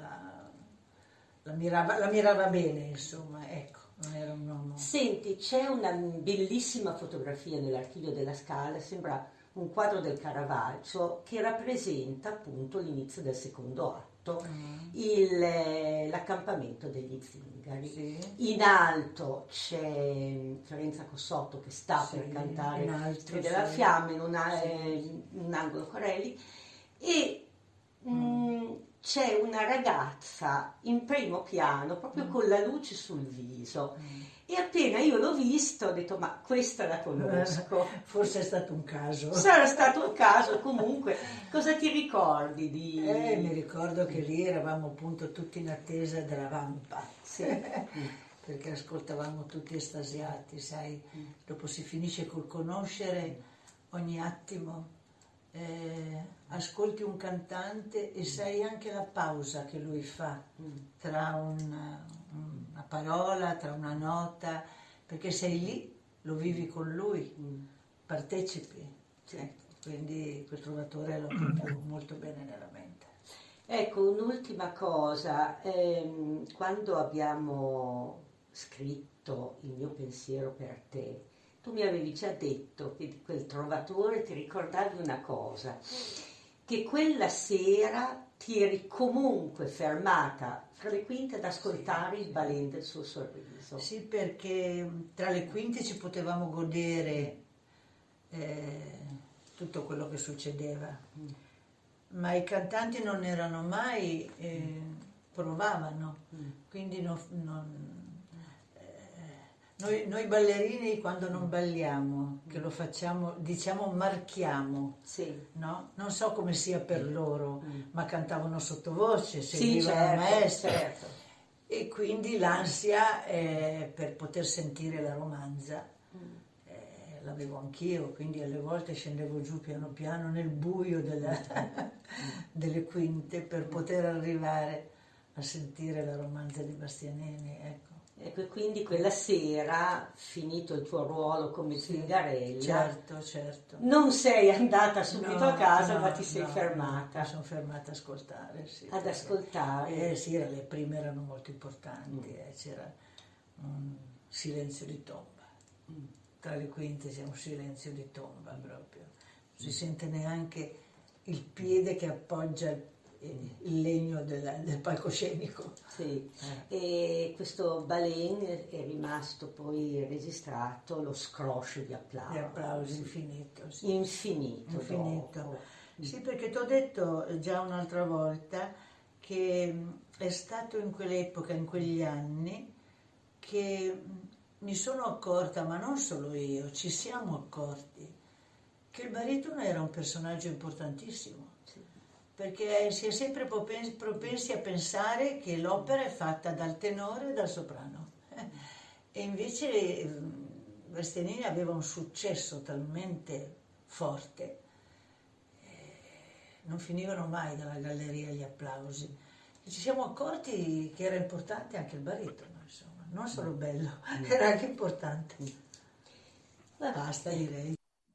la mirava bene, insomma, ecco, non era un uomo... Senti, c'è una bellissima fotografia nell'archivio della Scala, sembra un quadro del Caravaggio che rappresenta appunto l'inizio del secondo atto, l'accampamento degli zingari. Sì. In alto c'è Fiorenza Cossotto che sta per cantare della fiamma in un angolo Corelli e c'è una ragazza in primo piano proprio con la luce sul viso. E appena io l'ho visto ho detto ma questa la conosco. Forse è stato un caso. Sarà stato un caso, comunque. Cosa ti ricordi di... Mi ricordo che lì eravamo appunto tutti in attesa della vampa. Sì. Perché ascoltavamo tutti estasiati, sai. Dopo si finisce col conoscere ogni attimo. Ascolti un cantante e sai anche la pausa che lui fa tra una parola, tra una nota, perché sei lì, lo vivi con lui, partecipi. Sì. Quindi quel trovatore l'ho proprio molto bene nella mente. Ecco, un'ultima cosa, quando abbiamo scritto Il mio pensiero per te, tu mi avevi già detto che di quel trovatore ti ricordavi una cosa, che quella sera ti eri comunque fermata fra le quinte ad ascoltare il balén del suo sorriso. Sì, perché tra le quinte ci potevamo godere tutto quello che succedeva, ma i cantanti non erano mai, provavano, quindi noi ballerini quando non balliamo, che lo facciamo, diciamo marchiamo, sì. No? Non so come sia per loro, ma cantavano sottovoce, seguivano il maestro. Certo. E quindi l'ansia per poter sentire la romanza l'avevo anch'io, quindi alle volte scendevo giù piano piano nel buio delle quinte per poter arrivare a sentire la romanza di Bastianini, ecco. Ecco, quindi quella sera, finito il tuo ruolo come Zingarella, certo. Non sei andata subito a casa, ma ti sei fermata. Mi sono fermata ad ascoltare, sì. Ad ascoltare? Sì, le prime erano molto importanti, c'era un silenzio di tomba. Tra le quinte c'è un silenzio di tomba proprio. Non si sente neanche il piede che appoggia il legno del palcoscenico. Sì. E questo Balein è rimasto poi registrato lo scroscio di applausi. Di applausi infinito. Sì. Infinito. Sì, perché ti ho detto già un'altra volta che è stato in quell'epoca, in quegli anni, che mi sono accorta, ma non solo io, ci siamo accorti, che il baritono era un personaggio importantissimo. Perché si è sempre propensi a pensare che l'opera è fatta dal tenore e dal soprano. E invece Bastianini aveva un successo talmente forte, non finivano mai dalla galleria gli applausi. E ci siamo accorti che era importante anche il baritono, insomma, non solo bello, era anche importante. Basta, direi.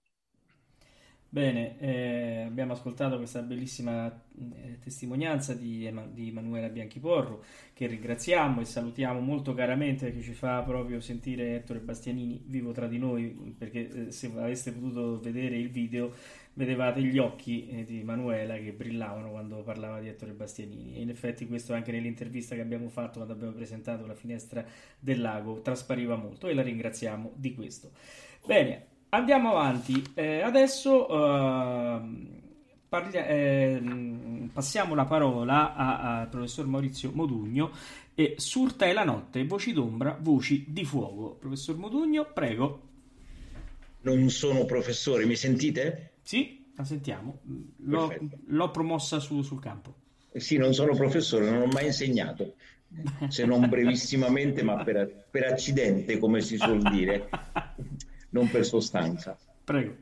Bene, abbiamo ascoltato questa bellissima testimonianza di Emanuela Bianchiporro, che ringraziamo e salutiamo molto caramente, che ci fa proprio sentire Ettore Bastianini vivo tra di noi, perché se aveste potuto vedere il video vedevate gli occhi di Emanuela che brillavano quando parlava di Ettore Bastianini, e in effetti questo anche nell'intervista che abbiamo fatto quando abbiamo presentato La Finestra del Lago traspariva molto, e la ringraziamo di questo. Bene, andiamo avanti. Adesso passiamo la parola al professor Maurizio Modugno e Surta è la notte, voci d'ombra, voci di fuoco. Professor Modugno, prego. Non sono professore, mi sentite? Sì, la sentiamo. L'ho promossa sul campo. Sì, non sono professore, non ho mai insegnato, se non brevissimamente, ma per accidente, come si suol dire, non per sostanza. Prego.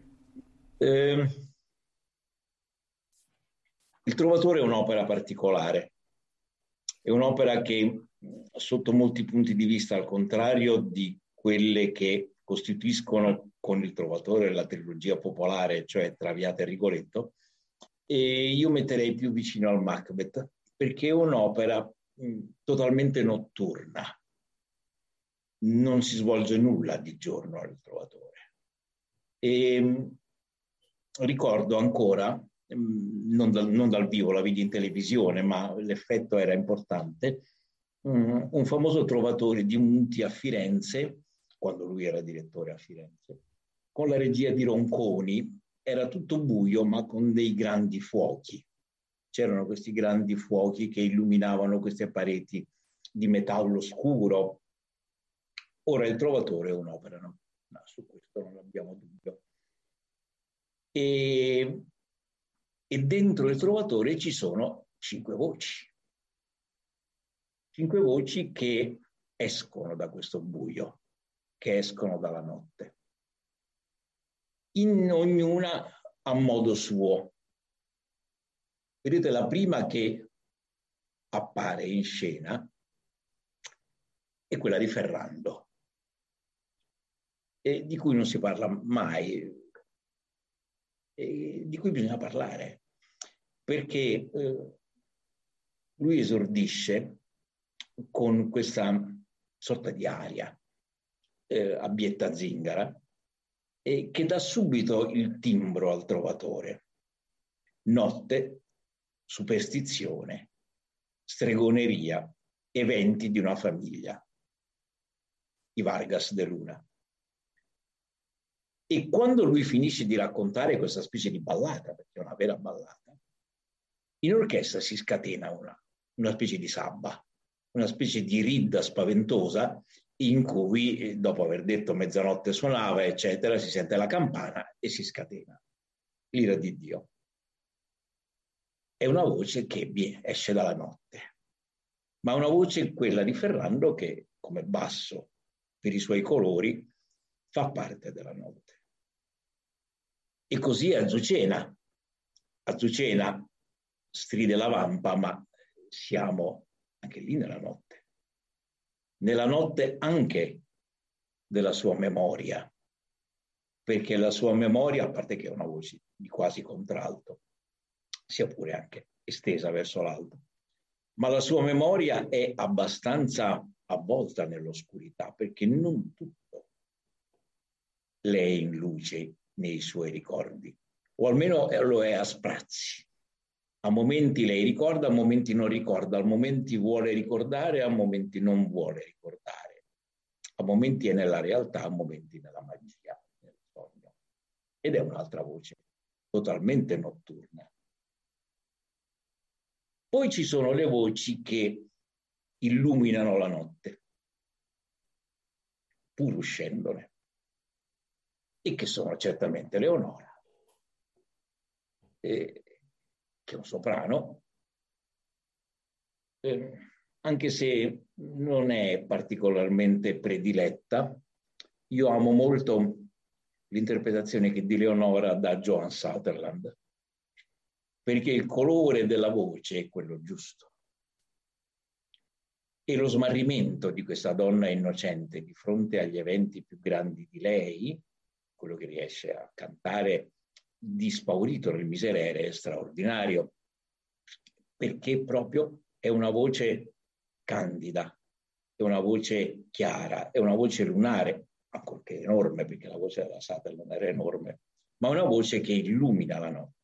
Il Trovatore è un'opera particolare, è un'opera che sotto molti punti di vista, al contrario di quelle che costituiscono con il Trovatore la trilogia popolare, cioè Traviata e Rigoletto, e io metterei più vicino al Macbeth, perché è un'opera totalmente notturna. Non si svolge nulla di giorno al Trovatore. E ricordo ancora, non dal vivo, la vidi in televisione, ma l'effetto era importante, un famoso Trovatore di Munti a Firenze, quando lui era direttore a Firenze, con la regia di Ronconi. Era tutto buio, ma con dei grandi fuochi. C'erano questi grandi fuochi che illuminavano queste pareti di metallo scuro. Ora il Trovatore è un'opera, no? No, su questo non abbiamo dubbio. E dentro il Trovatore ci sono 5 voci. 5 voci che escono da questo buio, che escono dalla notte. In ognuna a modo suo. Vedete, la prima che appare in scena è quella di Ferrando, e di cui non si parla mai, e di cui bisogna parlare, perché lui esordisce con questa sorta di aria abbietta zingara, che dà subito il timbro al Trovatore. Notte, superstizione, stregoneria, eventi di una famiglia. I Vargas de Luna. E quando lui finisce di raccontare questa specie di ballata, perché è una vera ballata, in orchestra si scatena una specie di sabba, una specie di ridda spaventosa, in cui, dopo aver detto mezzanotte suonava, eccetera, si sente la campana e si scatena. L'ira di Dio. È una voce che esce dalla notte, ma una voce, quella di Ferrando, che come basso per i suoi colori fa parte della notte. E così è Azucena. Azucena stride la vampa, ma siamo anche lì nella notte. Nella notte anche della sua memoria, perché la sua memoria, a parte che è una voce di quasi contralto, sia pure anche estesa verso l'alto, ma la sua memoria è abbastanza avvolta nell'oscurità, perché non tutto le è in luce nei suoi ricordi, o almeno lo è a sprazzi. A momenti lei ricorda, a momenti non ricorda, a momenti vuole ricordare, a momenti non vuole ricordare. A momenti è nella realtà, a momenti nella magia, nel sogno. Ed è un'altra voce, totalmente notturna. Poi ci sono le voci che illuminano la notte, pur uscendone, e che sono certamente Leonora, che è un soprano, anche se non è particolarmente prediletta. Io amo molto l'interpretazione che di Leonora dà Joan Sutherland, perché il colore della voce è quello giusto. E lo smarrimento di questa donna innocente di fronte agli eventi più grandi di lei, quello che riesce a cantare dispaurito nel miserere, è straordinario, perché proprio è una voce candida, è una voce chiara, è una voce lunare, ancorché enorme, perché la voce della Sutherland era enorme, ma una voce che illumina la notte.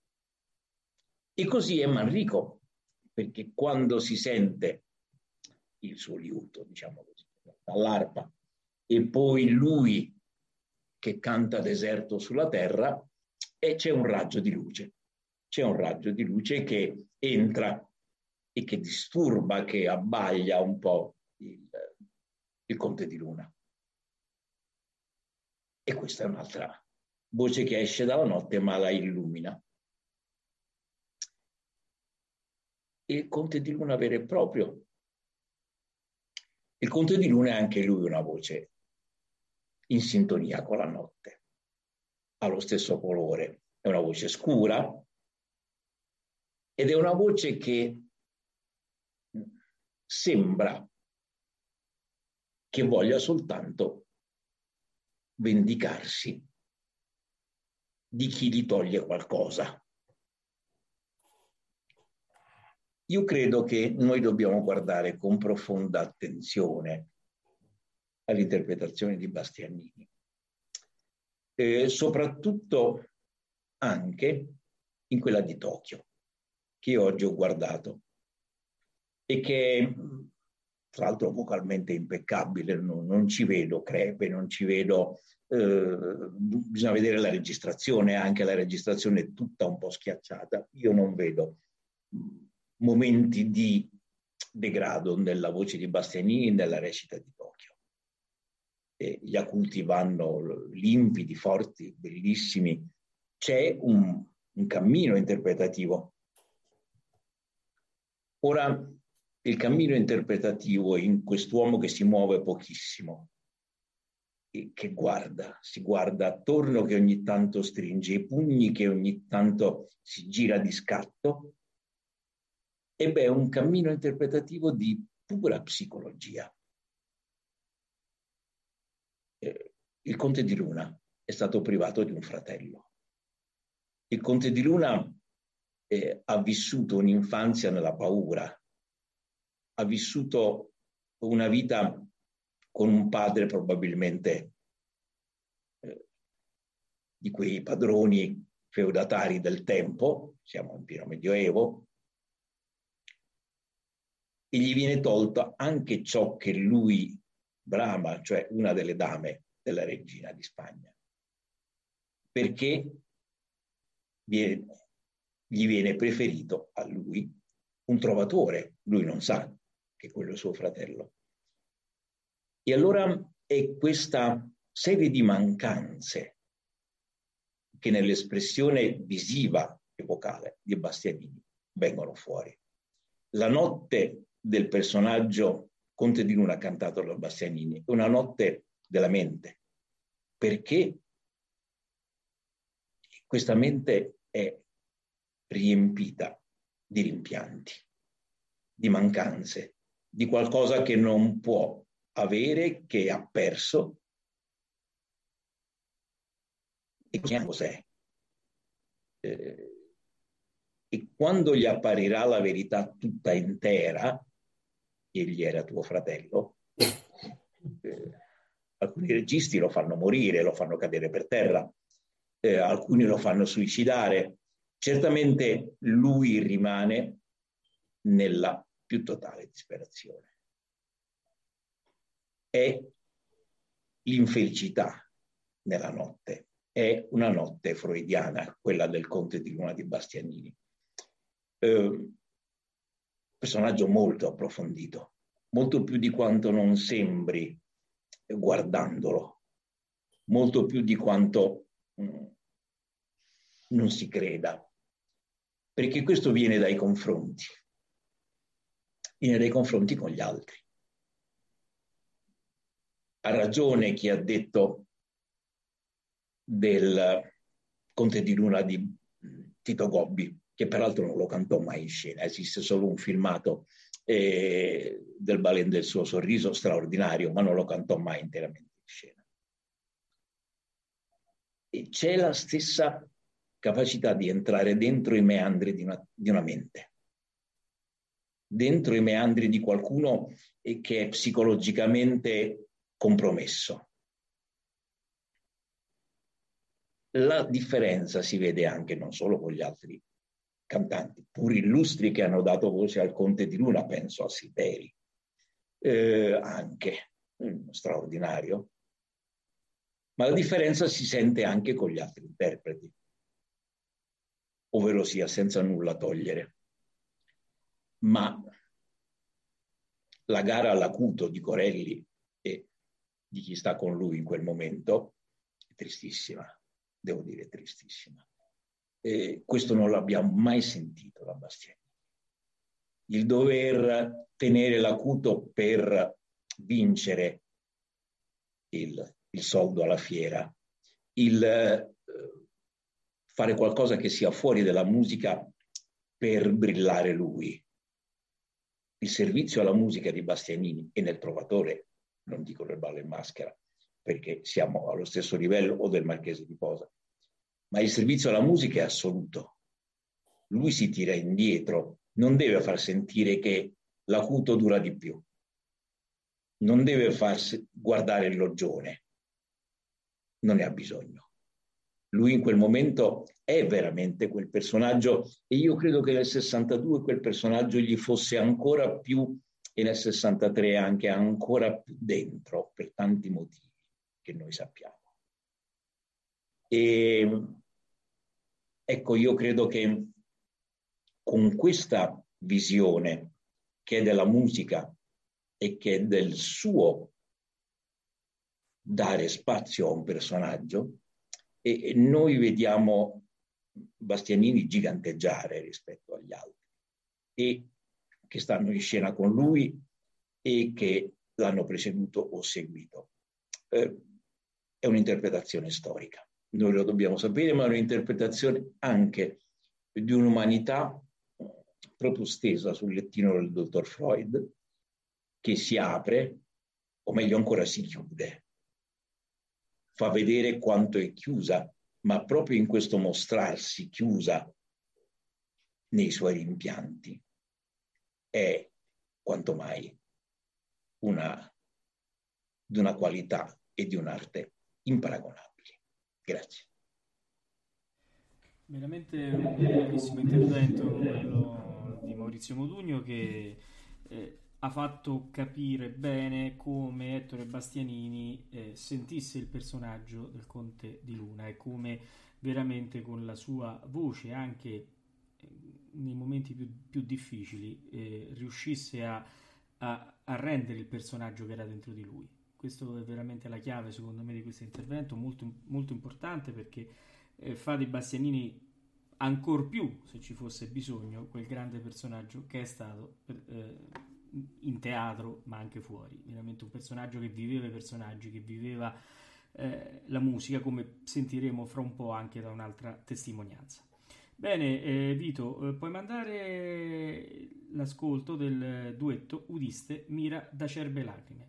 E così è Manrico, perché quando si sente il suo liuto, diciamo così, all'arpa, e poi lui che canta deserto sulla terra, e c'è un raggio di luce. C'è un raggio di luce che entra e che disturba, che abbaglia un po' il Conte di Luna. E questa è un'altra voce che esce dalla notte ma la illumina. Il Conte di Luna vero e proprio. Il Conte di Luna è anche lui una voce in sintonia con la notte. Ha lo stesso colore, è una voce scura ed è una voce che sembra che voglia soltanto vendicarsi di chi gli toglie qualcosa. Io credo che noi dobbiamo guardare con profonda attenzione all'interpretazione di Bastianini, soprattutto anche in quella di Tokyo, che io oggi ho guardato e che tra l'altro vocalmente impeccabile, non ci vedo crepe, non ci vedo, bisogna vedere la registrazione, anche la registrazione è tutta un po' schiacciata, io non vedo momenti di degrado nella voce di Bastianini, nella recita di Tokyo. E gli acuti vanno limpidi, forti, bellissimi. C'è un cammino interpretativo. Ora, il cammino interpretativo in quest'uomo che si muove pochissimo, e che si guarda attorno, che ogni tanto stringe i pugni, che ogni tanto si gira di scatto, e beh, è un cammino interpretativo di pura psicologia. Il Conte di Luna è stato privato di un fratello. Il Conte di Luna ha vissuto un'infanzia nella paura, ha vissuto una vita con un padre probabilmente di quei padroni feudatari del tempo, siamo in pieno Medioevo, e gli viene tolto anche ciò che lui brama, cioè una delle dame della regina di Spagna, perché gli viene preferito a lui un trovatore, lui non sa che quello è suo fratello. E allora è questa serie di mancanze che nell'espressione visiva e vocale di Bastianini vengono fuori. La notte del personaggio Conte di Luna cantato da Bastianini è una notte della mente, perché questa mente è riempita di rimpianti, di mancanze, di qualcosa che non può avere, che ha perso e che cos'è. E quando gli apparirà la verità tutta intera, egli era tuo fratello, alcuni registi lo fanno morire, lo fanno cadere per terra, alcuni lo fanno suicidare, Certamente lui rimane nella più totale disperazione. È l'infelicità nella notte, è una notte freudiana, quella del Conte di Luna di Bastianini. Personaggio molto approfondito, molto più di quanto non sembri guardandolo, molto più di quanto non si creda, perché questo viene dai confronti con gli altri. Ha ragione chi ha detto del Conte di Luna di Tito Gobbi, che peraltro non lo cantò mai in scena, esiste solo un filmato del Ballet del suo sorriso straordinario, ma non lo cantò mai interamente in scena. E c'è la stessa capacità di entrare dentro i meandri di una mente, dentro i meandri di qualcuno che è psicologicamente compromesso. La differenza si vede anche non solo con gli altri cantanti, pur illustri che hanno dato voce al Conte di Luna, penso a Silveri, anche straordinario, ma la differenza si sente anche con gli altri interpreti, ovvero sia senza nulla togliere. Ma la gara all'acuto di Corelli e di chi sta con lui in quel momento è tristissima, devo dire tristissima. Questo non l'abbiamo mai sentito da Bastianini. Il dover tenere l'acuto per vincere il soldo alla fiera, il fare qualcosa che sia fuori dalla musica per brillare lui. Il servizio alla musica di Bastianini e nel Trovatore, non dico nel Ballo in Maschera, perché siamo allo stesso livello, o del Marchese di Posa, ma il servizio alla musica è assoluto. Lui si tira indietro, non deve far sentire che l'acuto dura di più, non deve farsi guardare il loggione, non ne ha bisogno. Lui in quel momento è veramente quel personaggio, e io credo che nel 62 quel personaggio gli fosse ancora più, e nel 63 anche ancora più dentro, per tanti motivi che noi sappiamo. E ecco, io credo che con questa visione che è della musica e che è del suo dare spazio a un personaggio, e noi vediamo Bastianini giganteggiare rispetto agli altri, e che stanno in scena con lui e che l'hanno preceduto o seguito. È un'interpretazione storica, noi lo dobbiamo sapere, ma è un'interpretazione anche di un'umanità proprio stesa sul lettino del dottor Freud, che si apre, o meglio ancora si chiude, fa vedere quanto è chiusa, ma proprio in questo mostrarsi chiusa nei suoi rimpianti è quanto mai di una qualità e di un'arte imparagonabili. Grazie. Veramente un bellissimo intervento quello di Maurizio Modugno, che ha fatto capire bene come Ettore Bastianini sentisse il personaggio del Conte di Luna, e come veramente con la sua voce, anche nei momenti più difficili, riuscisse a rendere il personaggio che era dentro di lui. Questo è veramente la chiave, secondo me, di questo intervento, molto, molto importante, perché fa di Bastianini ancor più, se ci fosse bisogno, quel grande personaggio che è stato in teatro ma anche fuori. Veramente un personaggio che viveva i personaggi, che viveva la musica, come sentiremo fra un po' anche da un'altra testimonianza. Bene, Vito, puoi mandare l'ascolto del duetto Udiste mira d'acerbe lacrime.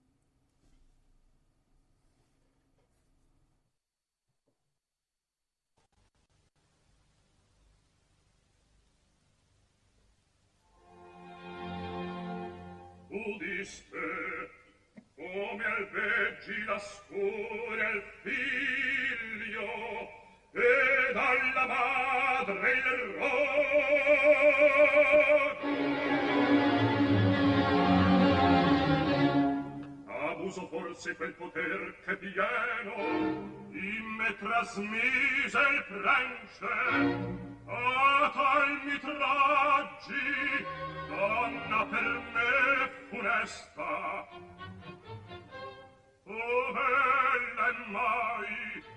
Udiste come alveggi la scuola il figlio, e dalla madre potrei l'error. Abuso forse quel poter che pieno in me trasmise il prenche, a tal mi traggi, donna per me funesta. Oh bella e mai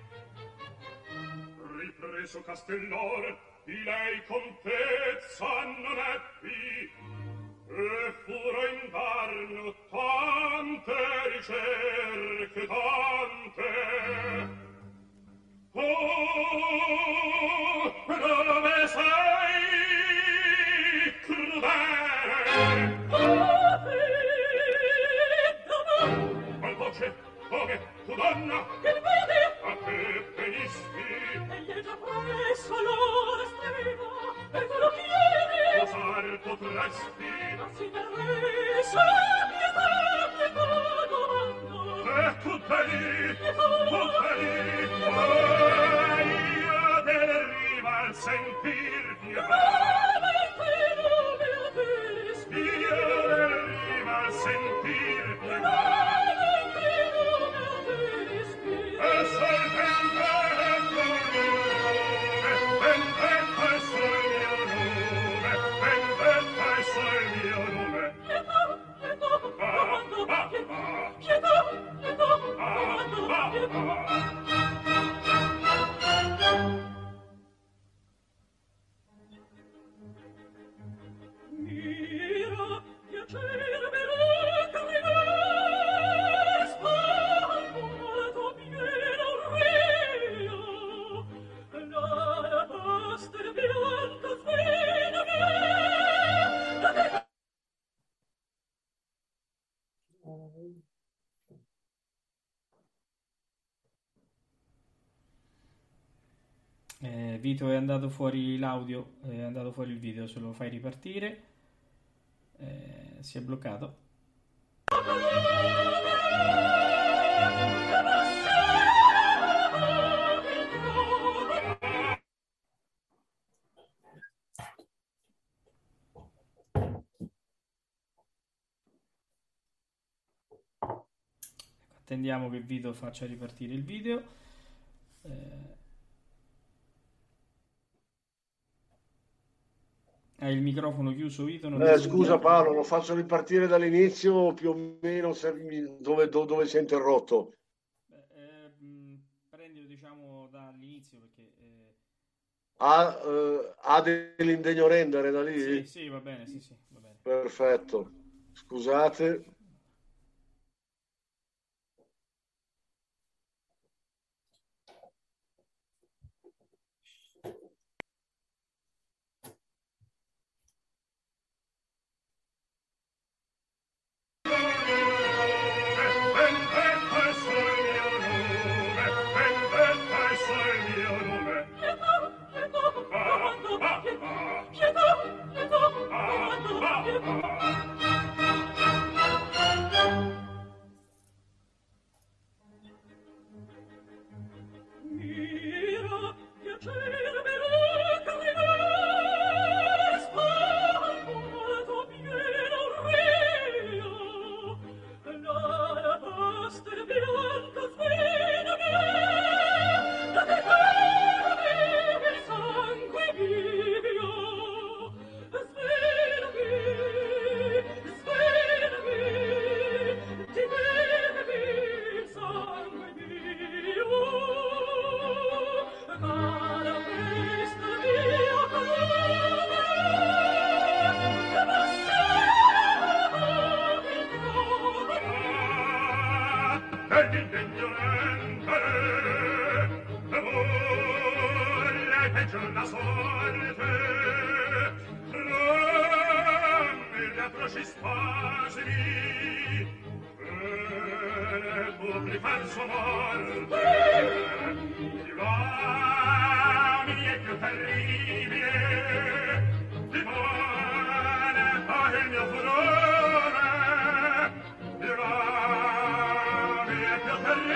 ripreso Castellor, di lei contezza non ebbi, e furo indarno tante ricerche, tante. Oh, dove sei, crudele? Qual voce, dove, tu donna? Che vede? A te venissi? Egli è già presso l'ora estrema, e tu lo chiedi? Osar potresti? Ma si interessa, pietà, domando. E tu deliri, io deriva al sentir pietà. Io deriva al sentir pietà. E solamente vendetta è sul mio nome, vendetta è sul mio nome. Mira, piacere Vito, è andato fuori l'audio, è andato fuori il video, se lo fai ripartire. Si è bloccato. Attendiamo che Vito faccia ripartire il video. Hai il microfono chiuso, Vito? Scusa Paolo, lo faccio ripartire dall'inizio più o meno dove si è interrotto. Prendilo, diciamo, dall'inizio perché... Ha dell'indegno rendere da lì? Sì, va bene, sì, va bene. Perfetto, scusate.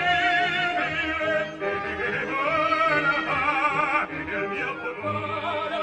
il mio furore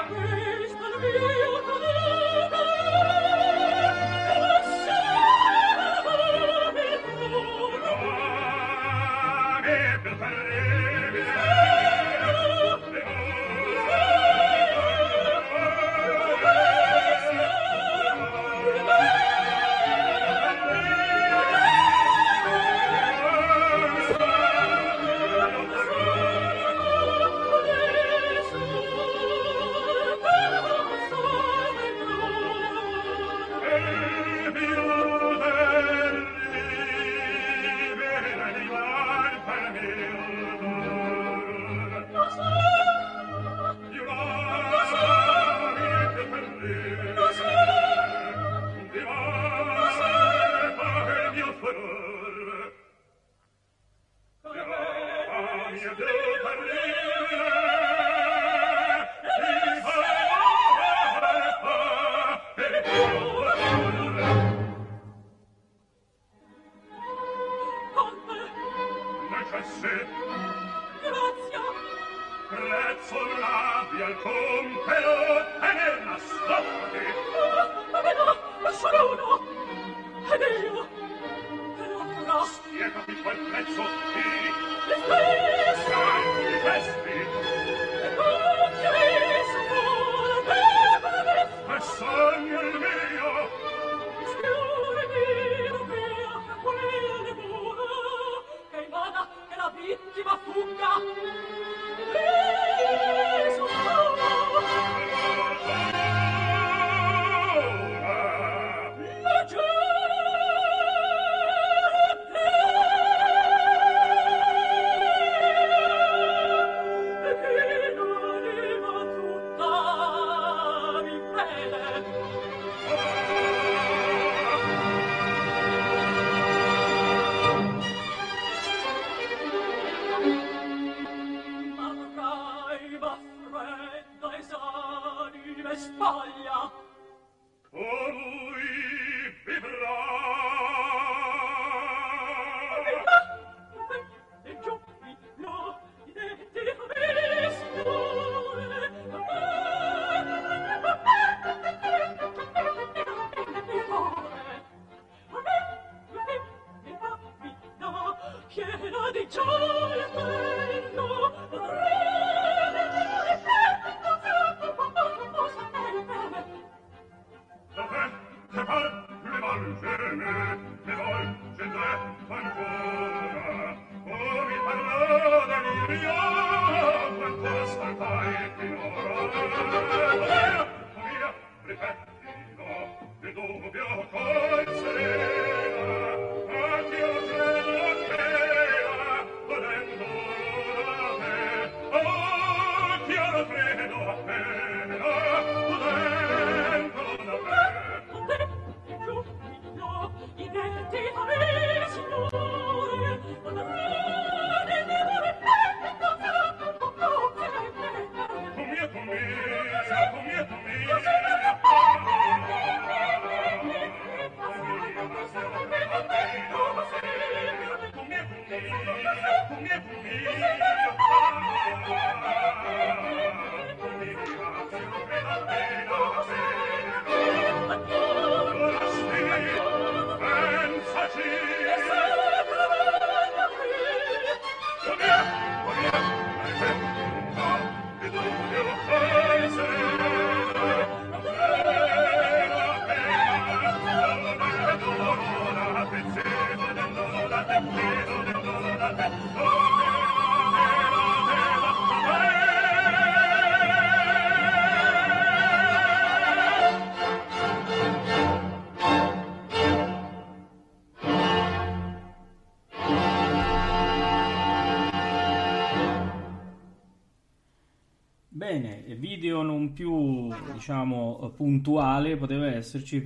Bene, video non più, diciamo, puntuale poteva esserci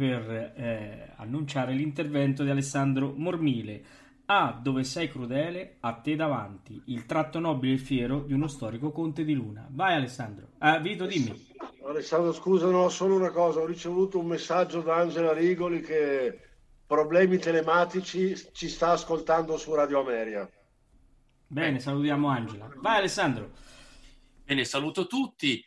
per annunciare l'intervento di Alessandro Mormile. Dove sei crudele, a te davanti, il tratto nobile e fiero di uno storico conte di Luna. Vai Alessandro. Vito, dimmi. Alessandro, scusa, no, solo una cosa, ho ricevuto un messaggio da Angela Rigoli che problemi telematici ci sta ascoltando su Radio Ameria. Bene, salutiamo Angela. Vai Alessandro. Bene, saluto tutti.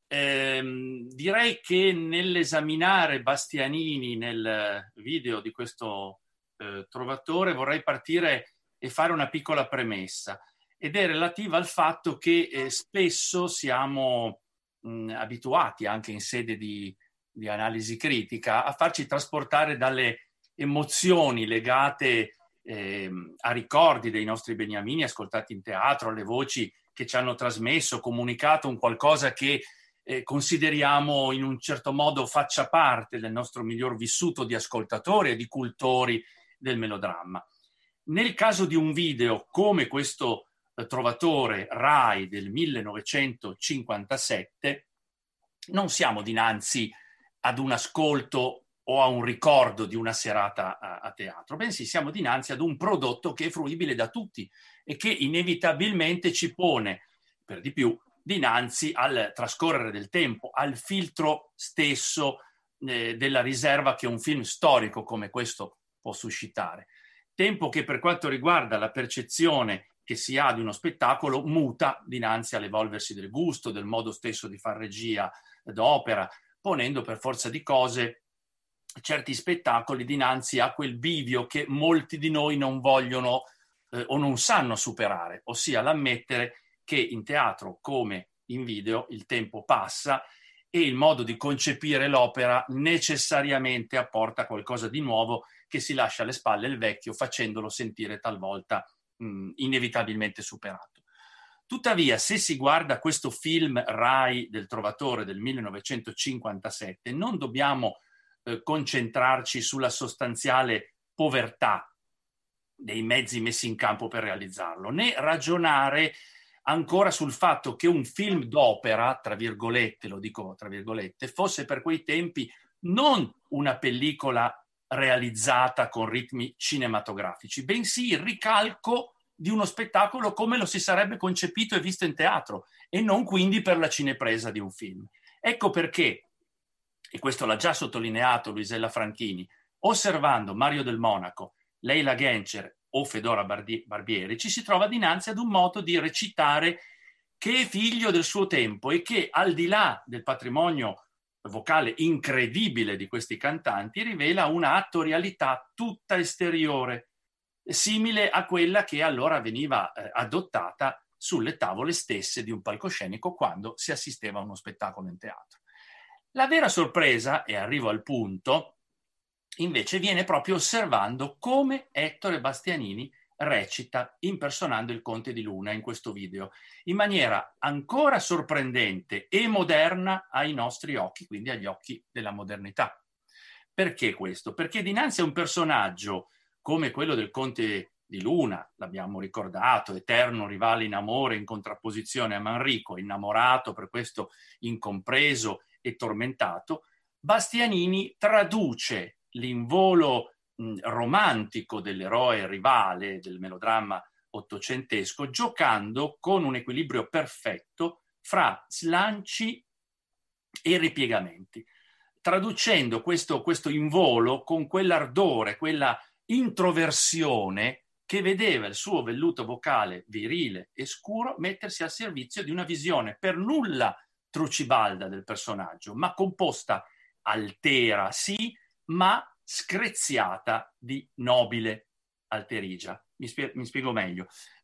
Direi che nell'esaminare Bastianini nel video di questo trovatore vorrei partire e fare una piccola premessa, ed è relativa al fatto che spesso siamo abituati anche in sede di analisi critica a farci trasportare dalle emozioni legate a ricordi dei nostri beniamini ascoltati in teatro, alle voci che ci hanno trasmesso, comunicato un qualcosa che consideriamo in un certo modo faccia parte del nostro miglior vissuto di ascoltatori e di cultori del melodramma. Nel caso di un video come questo trovatore Rai del 1957, non siamo dinanzi ad un ascolto o a un ricordo di una serata a teatro, bensì siamo dinanzi ad un prodotto che è fruibile da tutti e che inevitabilmente ci pone, per di più, dinanzi al trascorrere del tempo, al filtro stesso della riserva che un film storico come questo può suscitare. Tempo che per quanto riguarda la percezione che si ha di uno spettacolo muta dinanzi all'evolversi del gusto, del modo stesso di far regia d'opera, ponendo per forza di cose certi spettacoli dinanzi a quel bivio che molti di noi non vogliono o non sanno superare, ossia l'ammettere che in teatro come in video il tempo passa e il modo di concepire l'opera necessariamente apporta qualcosa di nuovo che si lascia alle spalle il vecchio, facendolo sentire talvolta inevitabilmente superato. Tuttavia, se si guarda questo film Rai del Trovatore del 1957, non dobbiamo concentrarci sulla sostanziale povertà dei mezzi messi in campo per realizzarlo, né ragionare ancora sul fatto che un film d'opera, tra virgolette, lo dico tra virgolette, fosse per quei tempi non una pellicola realizzata con ritmi cinematografici, bensì il ricalco di uno spettacolo come lo si sarebbe concepito e visto in teatro, e non quindi per la cinepresa di un film. Ecco perché, e questo l'ha già sottolineato Luisella Franchini, osservando Mario del Monaco, Leila Gencer o Fedora Barbieri, ci si trova dinanzi ad un modo di recitare che è figlio del suo tempo e che, al di là del patrimonio vocale incredibile di questi cantanti, rivela una attorialità tutta esteriore, simile a quella che allora veniva adottata sulle tavole stesse di un palcoscenico quando si assisteva a uno spettacolo in teatro. La vera sorpresa, e arrivo al punto, invece viene proprio osservando come Ettore Bastianini recita impersonando il Conte di Luna in questo video, in maniera ancora sorprendente e moderna ai nostri occhi, quindi agli occhi della modernità. Perché questo? Perché dinanzi a un personaggio come quello del Conte di Luna, l'abbiamo ricordato, eterno rivale in amore in contrapposizione a Manrico, innamorato per questo incompreso e tormentato, Bastianini traduce l'involo romantico dell'eroe rivale del melodramma ottocentesco, giocando con un equilibrio perfetto fra slanci e ripiegamenti, traducendo questo involo con quell'ardore, quella introversione che vedeva il suo velluto vocale virile e scuro mettersi al servizio di una visione per nulla trucibalda del personaggio, ma composta altera, sì, ma screziata di nobile alterigia. Mi spiego meglio.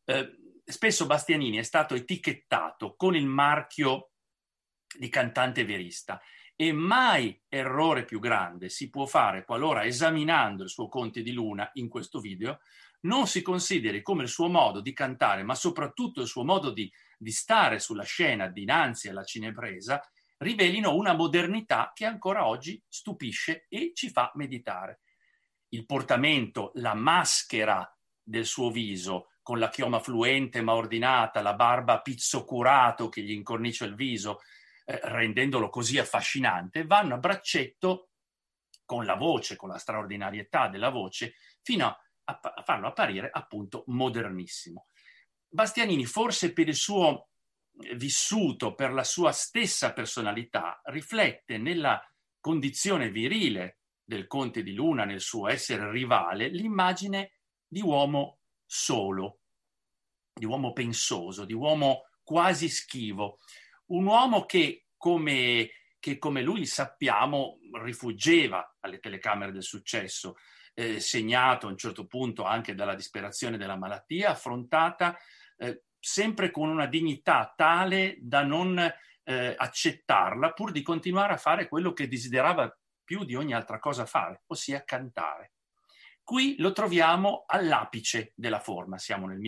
Spesso Bastianini è stato etichettato con il marchio di cantante verista e mai errore più grande si può fare qualora, esaminando il suo Conte di Luna in questo video, non si consideri come il suo modo di cantare, ma soprattutto il suo modo di stare sulla scena dinanzi alla cinepresa, rivelino una modernità che ancora oggi stupisce e ci fa meditare. Il portamento, la maschera del suo viso, con la chioma fluente ma ordinata, la barba a pizzo curato che gli incornicia il viso, rendendolo così affascinante, vanno a braccetto con la voce, con la straordinarietà della voce, fino a farlo apparire appunto modernissimo. Bastianini, forse per il suo vissuto, per la sua stessa personalità, riflette nella condizione virile del Conte di Luna, nel suo essere rivale, l'immagine di uomo solo, di uomo pensoso, di uomo quasi schivo, un uomo che come lui sappiamo rifuggeva alle telecamere del successo, segnato a un certo punto anche dalla disperazione della malattia, affrontata sempre con una dignità tale da non accettarla, pur di continuare a fare quello che desiderava più di ogni altra cosa fare, ossia cantare. Qui lo troviamo all'apice della forma, siamo nel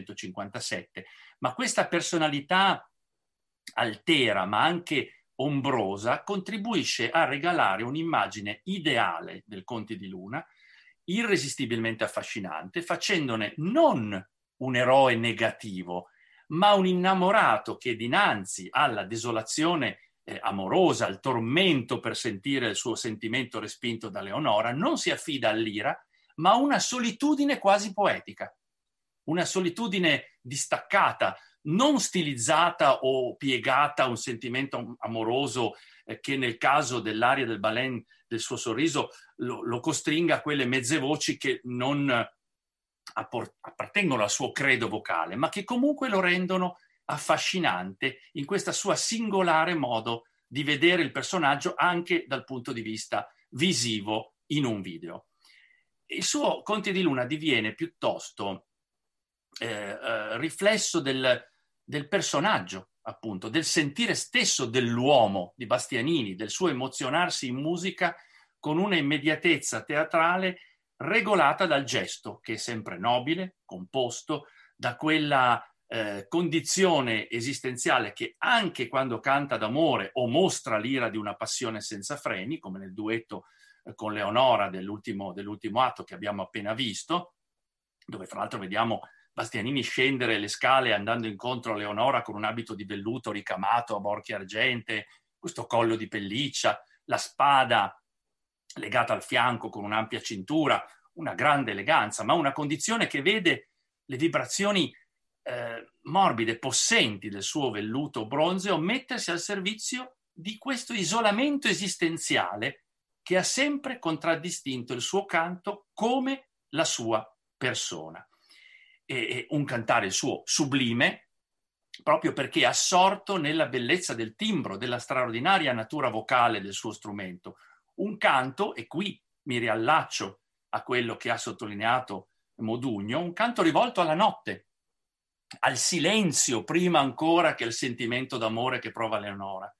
1957, ma questa personalità altera ma anche ombrosa contribuisce a regalare un'immagine ideale del Conte di Luna, irresistibilmente affascinante, facendone non un eroe negativo, ma un innamorato che dinanzi alla desolazione amorosa, il tormento per sentire il suo sentimento respinto da Leonora, non si affida all'ira, ma a una solitudine quasi poetica, una solitudine distaccata, non stilizzata o piegata a un sentimento amoroso che nel caso dell'aria del Balen, del suo sorriso, lo costringa a quelle mezze voci che non appartengono al suo credo vocale, ma che comunque lo rendono affascinante in questa sua singolare modo di vedere il personaggio anche dal punto di vista visivo in un video. Il suo Conti di Luna diviene piuttosto riflesso del personaggio, appunto, del sentire stesso dell'uomo di Bastianini, del suo emozionarsi in musica con una immediatezza teatrale regolata dal gesto, che è sempre nobile, composto, da quella condizione esistenziale che anche quando canta d'amore o mostra l'ira di una passione senza freni, come nel duetto con Leonora dell'ultimo atto che abbiamo appena visto, dove fra l'altro vediamo Bastianini scendere le scale andando incontro a Leonora con un abito di velluto ricamato a borchie argentee, questo collo di pelliccia, la spada legata al fianco con un'ampia cintura, una grande eleganza, ma una condizione che vede le vibrazioni morbide, possenti del suo velluto bronzeo mettersi al servizio di questo isolamento esistenziale che ha sempre contraddistinto il suo canto come la sua persona. E un cantare il suo sublime, proprio perché assorto nella bellezza del timbro, della straordinaria natura vocale del suo strumento. Un canto, e qui mi riallaccio a quello che ha sottolineato Modugno, un canto rivolto alla notte, al silenzio, prima ancora che al sentimento d'amore che prova Leonora.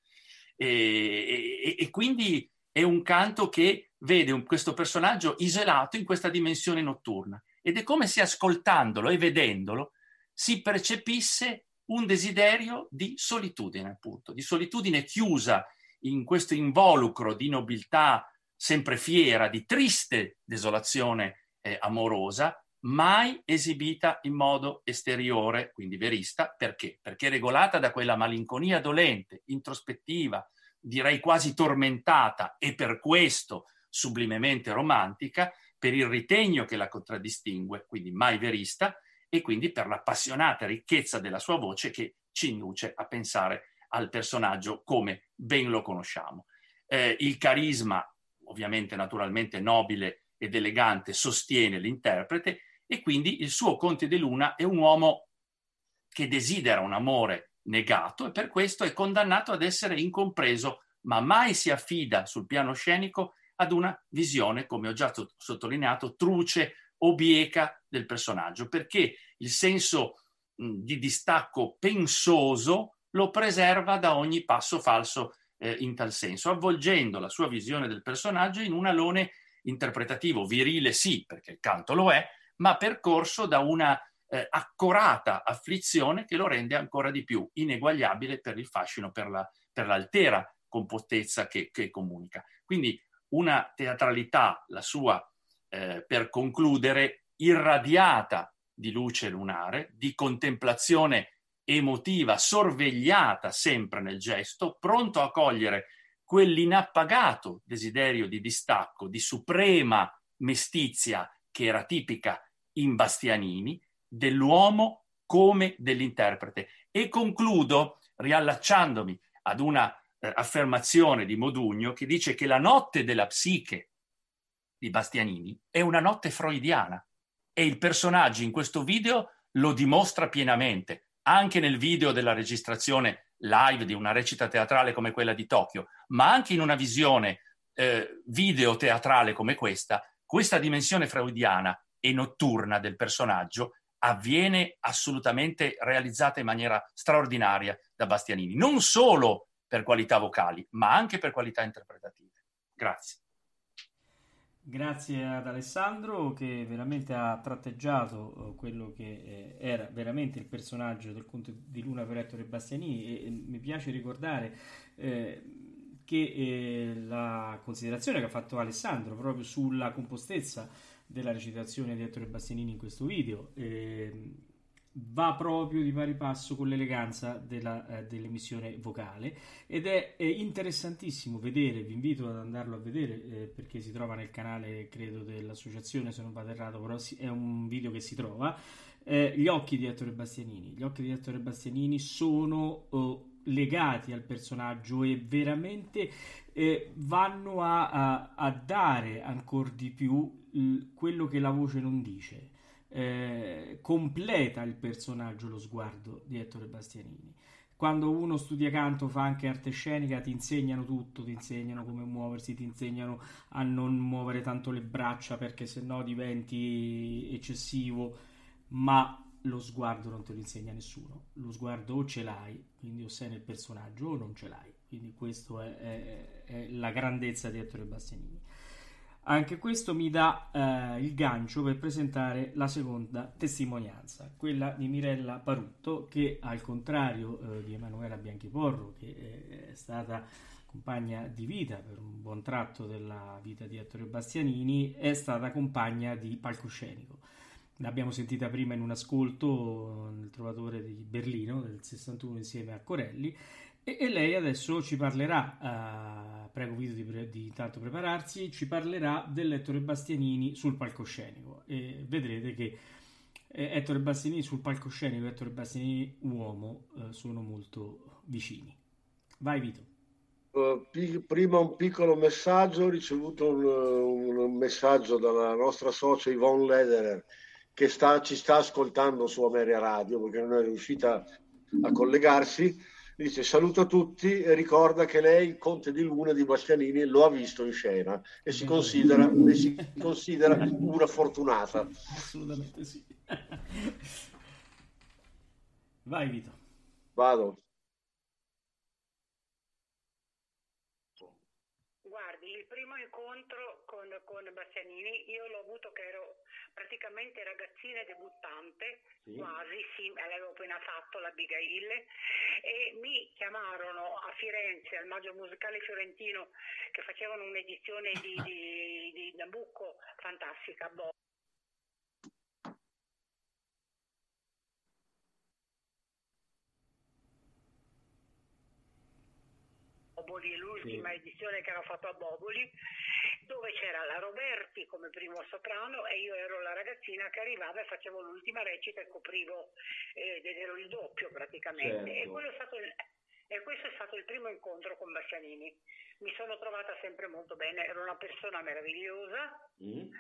E quindi è un canto che vede questo personaggio isolato in questa dimensione notturna. Ed è come se ascoltandolo e vedendolo si percepisse un desiderio di solitudine, appunto, di solitudine chiusa in questo involucro di nobiltà sempre fiera, di triste desolazione amorosa, mai esibita in modo esteriore, quindi verista. Perché? Perché regolata da quella malinconia dolente, introspettiva, direi quasi tormentata, e per questo sublimemente romantica, per il ritegno che la contraddistingue, quindi mai verista, e quindi per l'appassionata ricchezza della sua voce che ci induce a pensare al personaggio come ben lo conosciamo. Il carisma, ovviamente naturalmente nobile ed elegante, sostiene l'interprete, e quindi il suo Conte di Luna è un uomo che desidera un amore negato e per questo è condannato ad essere incompreso, ma mai si affida sul piano scenico ad una visione, come ho già sottolineato, truce o bieca del personaggio, perché il senso di distacco pensoso lo preserva da ogni passo falso in tal senso, avvolgendo la sua visione del personaggio in un alone interpretativo, virile sì, perché il canto lo è, ma percorso da una accorata afflizione che lo rende ancora di più ineguagliabile per il fascino, per l'altera compostezza che comunica. Quindi una teatralità, la sua, per concludere, irradiata di luce lunare, di contemplazione emotiva, sorvegliata sempre nel gesto, pronto a cogliere quell'inappagato desiderio di distacco, di suprema mestizia che era tipica in Bastianini, dell'uomo come dell'interprete. E concludo riallacciandomi ad una affermazione di Modugno che dice che la notte della psiche di Bastianini è una notte freudiana, e il personaggio in questo video lo dimostra pienamente, anche nel video della registrazione live di una recita teatrale come quella di Tokyo, ma anche in una visione video teatrale come questa dimensione freudiana e notturna del personaggio avviene assolutamente realizzata in maniera straordinaria da Bastianini, non solo per qualità vocali, ma anche per qualità interpretative. Grazie. Grazie ad Alessandro, che veramente ha tratteggiato quello che era veramente il personaggio del Conte di Luna per Ettore Bastianini, e mi piace ricordare che la considerazione che ha fatto Alessandro proprio sulla compostezza della recitazione di Ettore Bastianini in questo video va proprio di pari passo con l'eleganza dell'emissione vocale, ed è interessantissimo vedere, vi invito ad andarlo a vedere perché si trova nel canale, credo, dell'associazione, se non vado errato, però è un video che si trova, gli occhi di Ettore Bastianini. Gli occhi di Ettore Bastianini sono legati al personaggio e veramente vanno a dare ancora di più quello che la voce non dice. Completa il personaggio lo sguardo di Ettore Bastianini. Quando uno studia canto, fa anche arte scenica, ti insegnano tutto, ti insegnano come muoversi, ti insegnano a non muovere tanto le braccia perché sennò diventi eccessivo, ma lo sguardo non te lo insegna nessuno. Lo sguardo o ce l'hai, quindi o sei nel personaggio, o non ce l'hai. Quindi questo è la grandezza di Ettore Bastianini. Anche questo mi dà il gancio per presentare la seconda testimonianza, quella di Mirella Parutto, che al contrario di Emanuela Bianchiporro, che è stata compagna di vita per un buon tratto della vita di Ettore Bastianini, è stata compagna di palcoscenico. L'abbiamo sentita prima in un ascolto nel Trovatore di Berlino del 61 insieme a Corelli, e lei adesso ci parlerà, prego Vito di intanto prepararsi, ci parlerà dell'Ettore Bastianini sul palcoscenico, e vedrete che Ettore Bastianini sul palcoscenico e Ettore Bastianini uomo sono molto vicini. Vai Vito. Prima un piccolo messaggio, ho ricevuto un messaggio dalla nostra socia Yvonne Lederer, che ci sta ascoltando su Ameria Radio perché non è riuscita a collegarsi. Dice: saluta tutti e ricorda che lei, il Conte di Luna di Bastianini, lo ha visto in scena e si considera una fortunata. Assolutamente sì. Vai Vito. Vado. Guardi, il primo incontro con Bastianini io l'ho avuto che ero praticamente ragazzina e debuttante, sì. Quasi, sì, l'avevo appena fatto l'Abigail, e mi chiamarono a Firenze al Maggio Musicale Fiorentino, che facevano un'edizione di Nabucco fantastica. Boboli, l'ultima edizione che era fatta a Boboli, dove c'era la Roberti come primo soprano e io ero la ragazzina che arrivava e facevo l'ultima recita e coprivo, ero il doppio praticamente. Certo. E questo è stato il primo incontro con Bastianini. Mi sono trovata sempre molto bene, era una persona meravigliosa,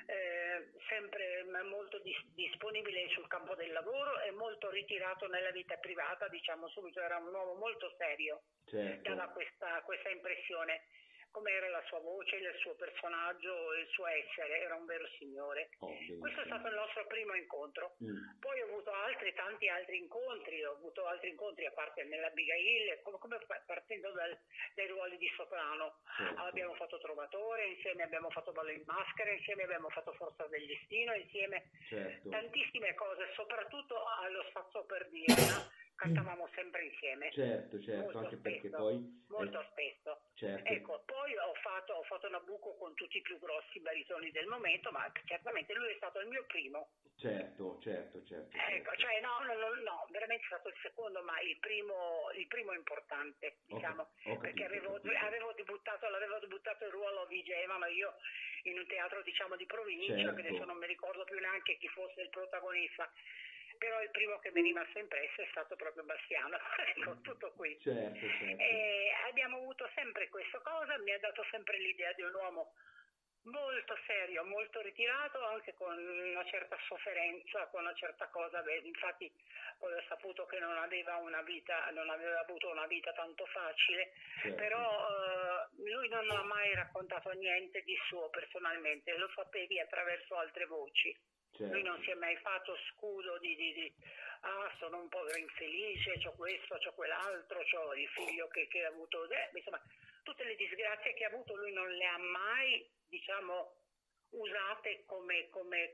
sempre molto disponibile sul campo del lavoro e molto ritirato nella vita privata, diciamo subito, era un uomo molto serio, certo. Dava questa impressione. Come era la sua voce, il suo personaggio, il suo essere, era un vero signore. Questo è stato il nostro primo incontro. Poi ho avuto tanti altri incontri, a parte nell'Abigail, come partendo dai ruoli di soprano. Certo. Abbiamo fatto Trovatore, insieme abbiamo fatto Ballo in Maschera, insieme abbiamo fatto Forza del Destino, insieme certo. Tantissime cose, soprattutto allo Spazio per Vienna. Cantavamo sempre insieme. Certo, molto anche spesso, perché poi... Molto spesso. Certo. Ecco, poi ho fatto Nabucco con tutti i più grossi baritoni del momento, ma certamente lui è stato il mio primo. Certo. Ecco, cioè no, veramente è stato il secondo, ma il primo importante, diciamo, perché l'avevo debuttato il ruolo VJ, ma io in un teatro, diciamo, di provincia, certo. Che adesso non mi ricordo più neanche chi fosse il protagonista. Però il primo che mi è rimasto impresso è stato proprio Bastiano, ecco, tutto qui. Certo. E abbiamo avuto sempre questa cosa, mi ha dato sempre l'idea di un uomo molto serio, molto ritirato, anche con una certa sofferenza, con una certa cosa. Infatti poi ho saputo che non aveva avuto una vita tanto facile, certo. Però lui non ha mai raccontato niente di suo personalmente, lo sapevi attraverso altre voci. Certo. Lui non si è mai fatto scudo di sono un povero infelice, c'ho questo, c'ho quell'altro, c'ho il figlio che ha avuto, insomma, tutte le disgrazie che ha avuto lui non le ha mai, diciamo, usate come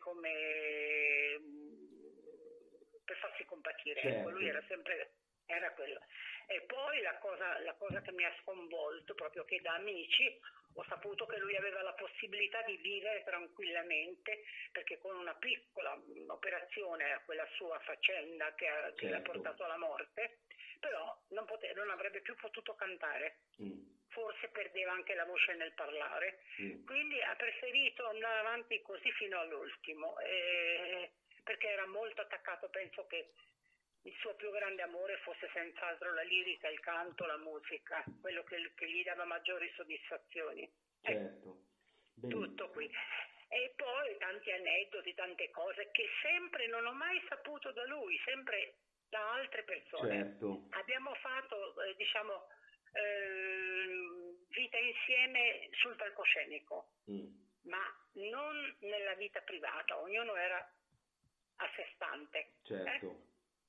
per farsi compatire. Certo. Ecco, lui era quello. E poi la cosa che mi ha sconvolto, proprio che da amici ho saputo che lui aveva la possibilità di vivere tranquillamente, perché con una piccola operazione a quella sua faccenda che l'ha portato alla morte, però non avrebbe più potuto cantare. Forse perdeva anche la voce nel parlare, quindi ha preferito andare avanti così fino all'ultimo, perché era molto attaccato. Penso che il suo più grande amore fosse senz'altro la lirica, il canto, la musica, quello che gli dava maggiori soddisfazioni. Certo. Tutto qui. E poi tanti aneddoti, tante cose che sempre non ho mai saputo da lui, sempre da altre persone. Certo. Abbiamo fatto, vita insieme sul palcoscenico, ma non nella vita privata, ognuno era a sé stante. Certo.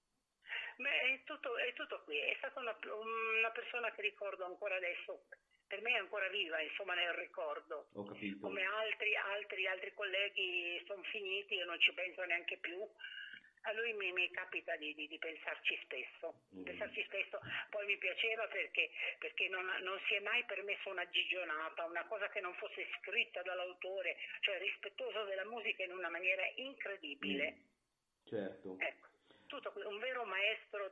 È tutto qui, è stata una persona che ricordo ancora adesso, per me è ancora viva, insomma, nel ricordo. Ho capito. Come altri colleghi sono finiti, io non ci penso neanche più. A lui mi capita di pensarci spesso. Poi mi piaceva perché non si è mai permesso una gigionata, una cosa che non fosse scritta dall'autore, cioè rispettoso della musica in una maniera incredibile. Certo. Ecco, tutto un vero maestro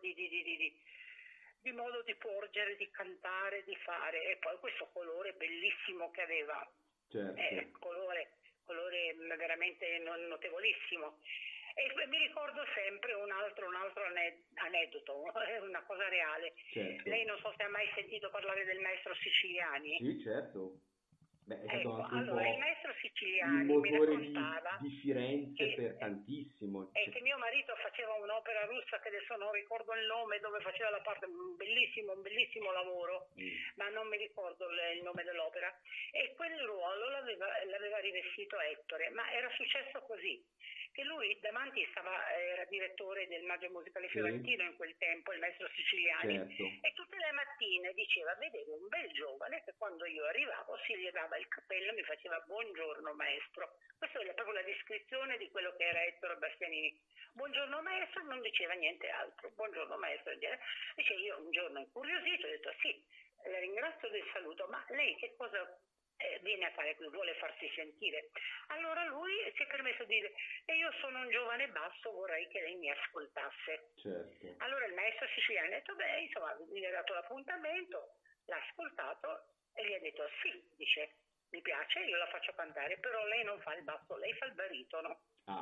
di modo di porgere, di cantare, di fare, e poi questo colore bellissimo che aveva. Certo. Colore veramente notevolissimo. E mi ricordo sempre un altro aneddoto, una cosa reale. Certo. Lei non so se ha mai sentito parlare del maestro Siciliani. Sì, certo. Beh, è stato anche un po' il maestro Siciliani il mi motore raccontava di Firenze per tantissimo. E che mio marito faceva un'opera russa che adesso non ricordo il nome, dove faceva la parte, un bellissimo lavoro, ma non mi ricordo il nome dell'opera, e quel ruolo l'aveva rivestito Ettore, ma era successo così, che lui davanti era direttore del Maggio Musicale Fiorentino in quel tempo, il maestro Siciliani, e tutte le mattine diceva: vedevo un bel giovane che quando io arrivavo si levava il cappello e mi faceva buongiorno maestro. Questa è proprio la descrizione di quello che era Ettore Bastianini. Buongiorno maestro, non diceva niente altro. Buongiorno maestro. Dice, io un giorno incuriosito ho detto: sì, la ringrazio del saluto, ma lei che cosa viene a fare qui? Vuole farsi sentire? Allora lui si è permesso di dire: e io sono un giovane basso, vorrei che lei mi ascoltasse. Certo. Allora il maestro Siciliani ha detto: beh, insomma, gli ha dato l'appuntamento, l'ha ascoltato e gli ha detto: sì, dice, mi piace, io la faccio cantare, però lei non fa il basso, lei fa il baritono.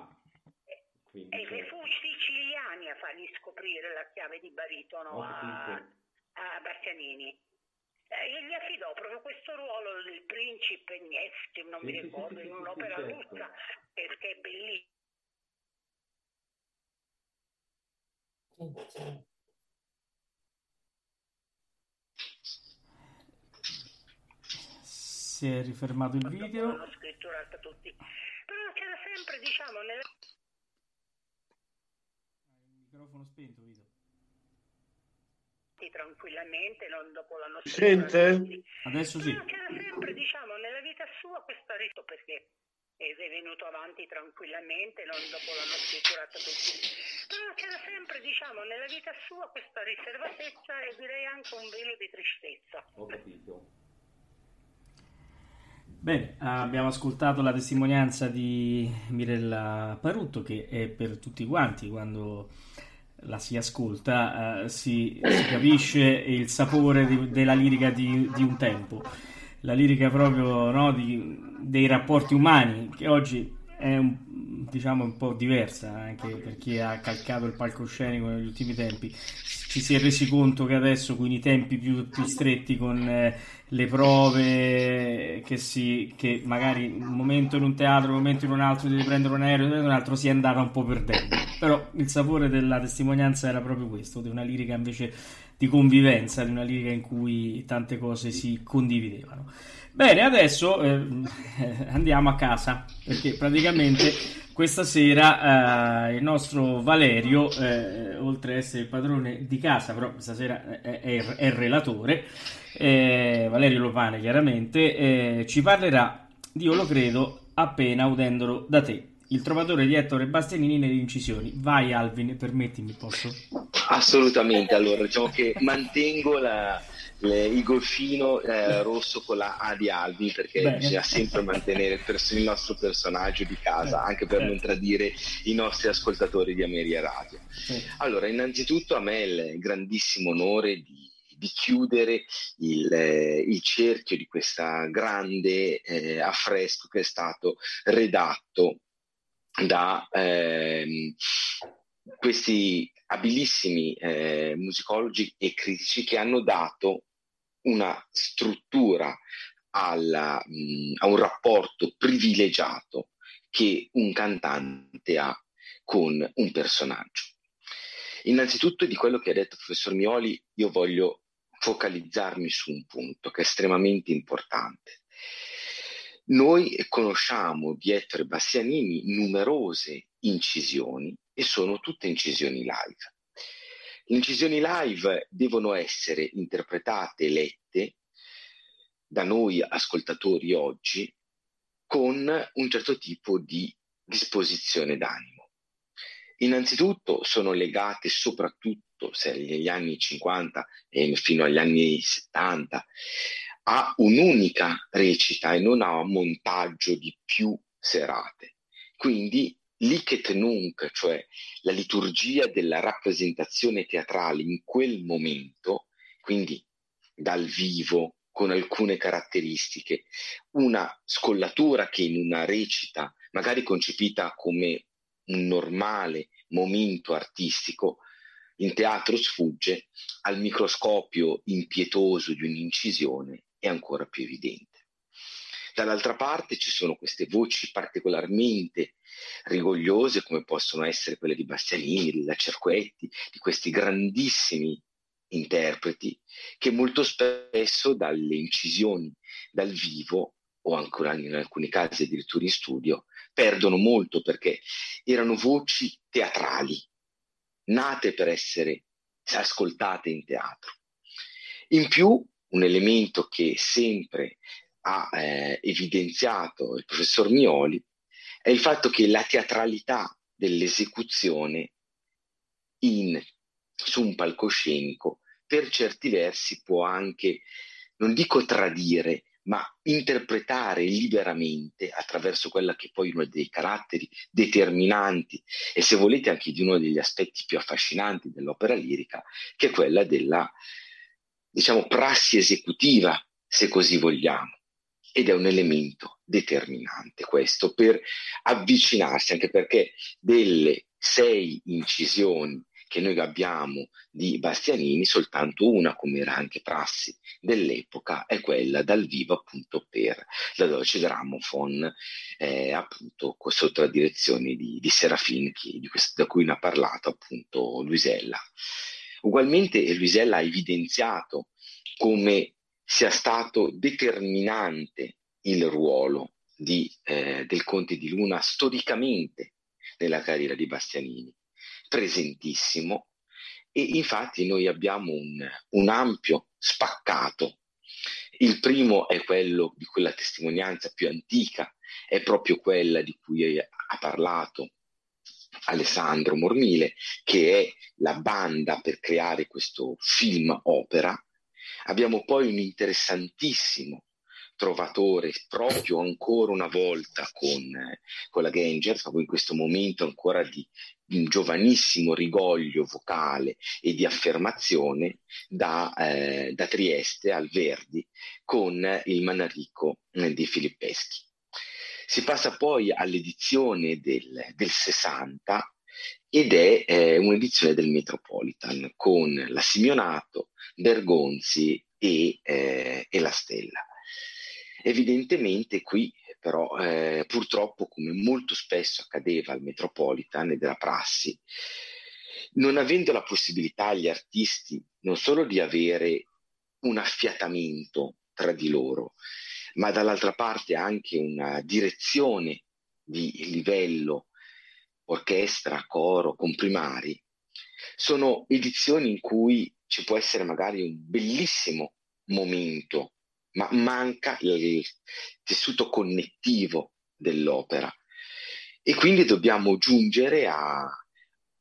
Quindi e fu Siciliani a fargli scoprire la chiave di baritono a Bastianini. Gli affidò proprio questo ruolo del principe Nevsky, non mi ricordo, in un'opera russa, perché è bellissimo. Si è rifermato il video. L'ho scritturata tutti. Però c'era sempre, diciamo, nella... Il microfono spento, Vito. Tranquillamente, non dopo l'anno Si sente? Adesso sì. Però c'era sempre, diciamo, nella vita sua questo rischio, perché è venuto avanti tranquillamente, non dopo l'hanno scritturato tutti. Però c'era sempre, diciamo, nella vita sua questa riservatezza e direi anche un velo di tristezza. Ho capito. Bene, abbiamo ascoltato la testimonianza di Mirella Parutto, che è per tutti quanti, quando la si ascolta, si capisce il sapore della lirica di un tempo, la lirica proprio, no, dei rapporti umani, che oggi è un po' diversa, anche per chi ha calcato il palcoscenico negli ultimi tempi. Ci si è resi conto che adesso, con i tempi più stretti, con le prove che magari un momento in un teatro, un momento in un altro, devi prendere un aereo, un altro, si è andata un po' perdendo. Però il sapore della testimonianza era proprio questo, di una lirica invece di convivenza, di una lirica in cui tante cose si condividevano. Bene, adesso andiamo a casa, perché praticamente questa sera il nostro Valerio, oltre ad essere il padrone di casa, però stasera è il relatore, Valerio Lopane chiaramente, ci parlerà di Io lo credo appena udendolo da te, il trovatore di Ettore Bastianini nelle incisioni. Vai Alvin, permettimi, posso? Assolutamente, allora diciamo che mantengo il golfino rosso con la A di Alvin, perché bisogna sempre mantenere il nostro personaggio di casa, anche per non tradire i nostri ascoltatori di Ameria Radio. Allora, innanzitutto a me è il grandissimo onore di chiudere il cerchio di questa grande affresco che è stato redatto da questi abilissimi musicologi e critici che hanno dato una struttura a un rapporto privilegiato che un cantante ha con un personaggio. Innanzitutto, di quello che ha detto il professor Mioli, io voglio focalizzarmi su un punto che è estremamente importante. Noi conosciamo di Ettore Bastianini numerose incisioni e sono tutte incisioni live. Le incisioni live devono essere interpretate e lette da noi ascoltatori oggi con un certo tipo di disposizione d'animo. Innanzitutto sono legate soprattutto, se negli anni 50 e fino agli anni 70, a un'unica recita e non a un montaggio di più serate. Quindi licet nunc, cioè la liturgia della rappresentazione teatrale in quel momento, quindi dal vivo, con alcune caratteristiche, una scollatura che in una recita, magari concepita come un normale momento artistico, in teatro sfugge, al microscopio impietoso di un'incisione è ancora più evidente. Dall'altra parte ci sono queste voci particolarmente rigogliose, come possono essere quelle di Bastianini, di Cerquetti, di questi grandissimi interpreti, che molto spesso dalle incisioni dal vivo, o ancora in alcuni casi addirittura in studio, perdono molto, perché erano voci teatrali, nate per essere ascoltate in teatro. In più, un elemento che sempre ha evidenziato il professor Mioli è il fatto che la teatralità dell'esecuzione su un palcoscenico per certi versi può anche, non dico tradire, ma interpretare liberamente attraverso quella che poi è uno dei caratteri determinanti e, se volete, anche di uno degli aspetti più affascinanti dell'opera lirica, che è quella della, diciamo, prassi esecutiva, se così vogliamo. Ed è un elemento determinante questo per avvicinarsi, anche perché delle 6 incisioni che noi abbiamo di Bastianini, soltanto una, come era anche prassi dell'epoca, è quella dal vivo, appunto, per la Deutsche Grammophon, appunto sotto la direzione di Serafin, da cui ne ha parlato appunto Luisella. Ugualmente Luisella ha evidenziato come sia stato determinante il ruolo del Conte di Luna storicamente nella carriera di Bastianini, presentissimo, e infatti noi abbiamo un ampio spaccato. Il primo è quello di quella testimonianza più antica, è proprio quella di cui ha parlato Alessandro Mormile, che è la banda per creare questo film opera. Abbiamo poi un interessantissimo trovatore, proprio ancora una volta con la Ganger, proprio in questo momento ancora di un giovanissimo rigoglio vocale e di affermazione da Trieste al Verdi con il Manarico di Filippeschi. Si passa poi all'edizione del 60 ed è un'edizione del Metropolitan con la Simeonato, Bergonzi e la Stella. Evidentemente qui però purtroppo, come molto spesso accadeva al Metropolitan ed era prassi, non avendo la possibilità agli artisti non solo di avere un affiatamento tra di loro, ma dall'altra parte anche una direzione di livello, orchestra, coro, comprimari, sono edizioni in cui ci può essere magari un bellissimo momento, ma manca il tessuto connettivo dell'opera, e quindi dobbiamo giungere a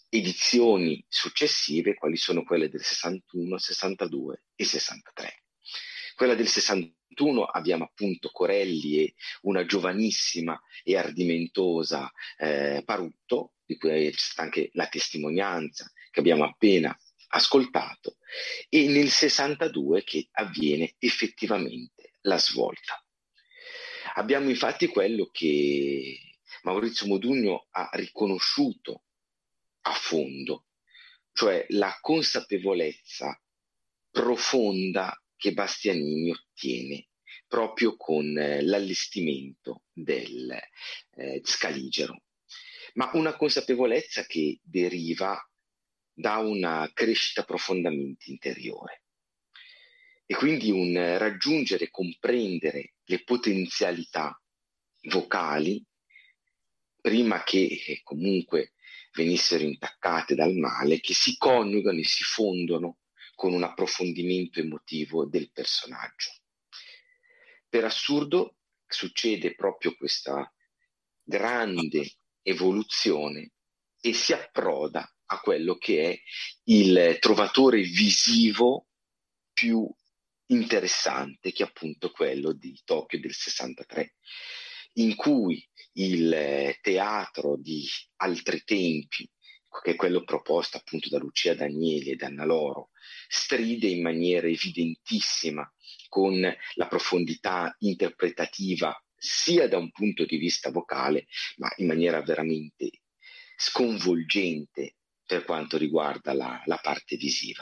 edizioni successive, quali sono quelle del 61, 62 e 63. Quella del 61 abbiamo appunto Corelli e una giovanissima e ardimentosa Parutto, di cui c'è stata anche la testimonianza che abbiamo appena ascoltato, e nel 62 che avviene effettivamente la svolta. Abbiamo infatti quello che Maurizio Modugno ha riconosciuto a fondo, cioè la consapevolezza profonda che Bastianini ottiene proprio con l'allestimento del Scaligero, ma una consapevolezza che deriva da una crescita profondamente interiore e quindi un raggiungere e comprendere le potenzialità vocali prima che comunque venissero intaccate dal male, che si coniugano e si fondono con un approfondimento emotivo del personaggio. Per assurdo succede proprio questa grande evoluzione e si approda a quello che è il trovatore visivo più interessante, che è appunto quello di Tokyo del 63, in cui il teatro di altri tempi, che è quello proposto appunto da Lucia Danieli e da Anna Loro, stride in maniera evidentissima con la profondità interpretativa sia da un punto di vista vocale, ma in maniera veramente sconvolgente per quanto riguarda la parte visiva.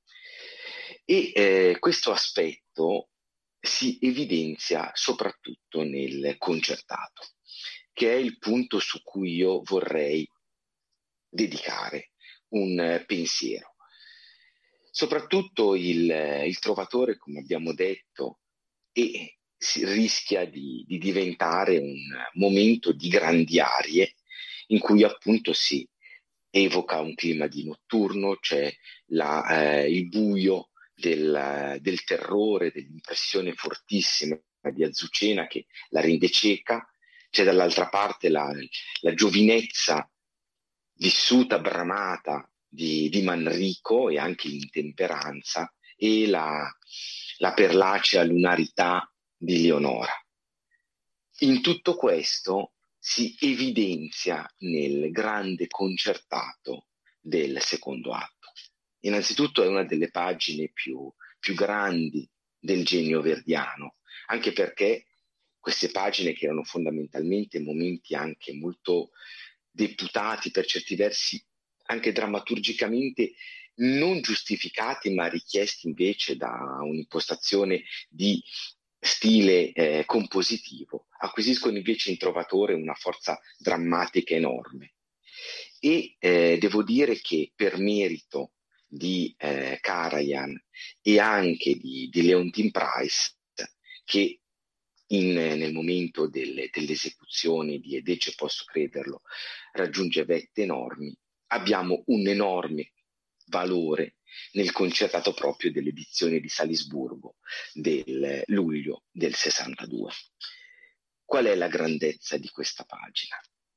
E questo aspetto si evidenzia soprattutto nel concertato, che è il punto su cui io vorrei dedicare un pensiero. Soprattutto il trovatore, come abbiamo detto, si rischia di diventare un momento di grandi arie in cui appunto si evoca un clima di notturno, c'è il buio del terrore, dell'impressione fortissima di Azucena che la rende cieca, c'è dall'altra parte la giovinezza vissuta, bramata di Manrico e anche l'intemperanza e la perlacea lunarità di Leonora. In tutto questo si evidenzia nel grande concertato del secondo atto. Innanzitutto è una delle pagine più grandi del genio verdiano, anche perché queste pagine, che erano fondamentalmente momenti anche molto deputati, per certi versi anche drammaturgicamente non giustificati, ma richiesti invece da un'impostazione di stile compositivo, acquisiscono invece in Trovatore una forza drammatica enorme. E devo dire che per merito di Karajan e anche di Leontyne Price, che nel momento delle esecuzioni di Ed posso crederlo, raggiunge vette enormi, abbiamo un enorme valore nel concertato proprio dell'edizione di Salisburgo del luglio del 62. Qual è la grandezza di questa pagina?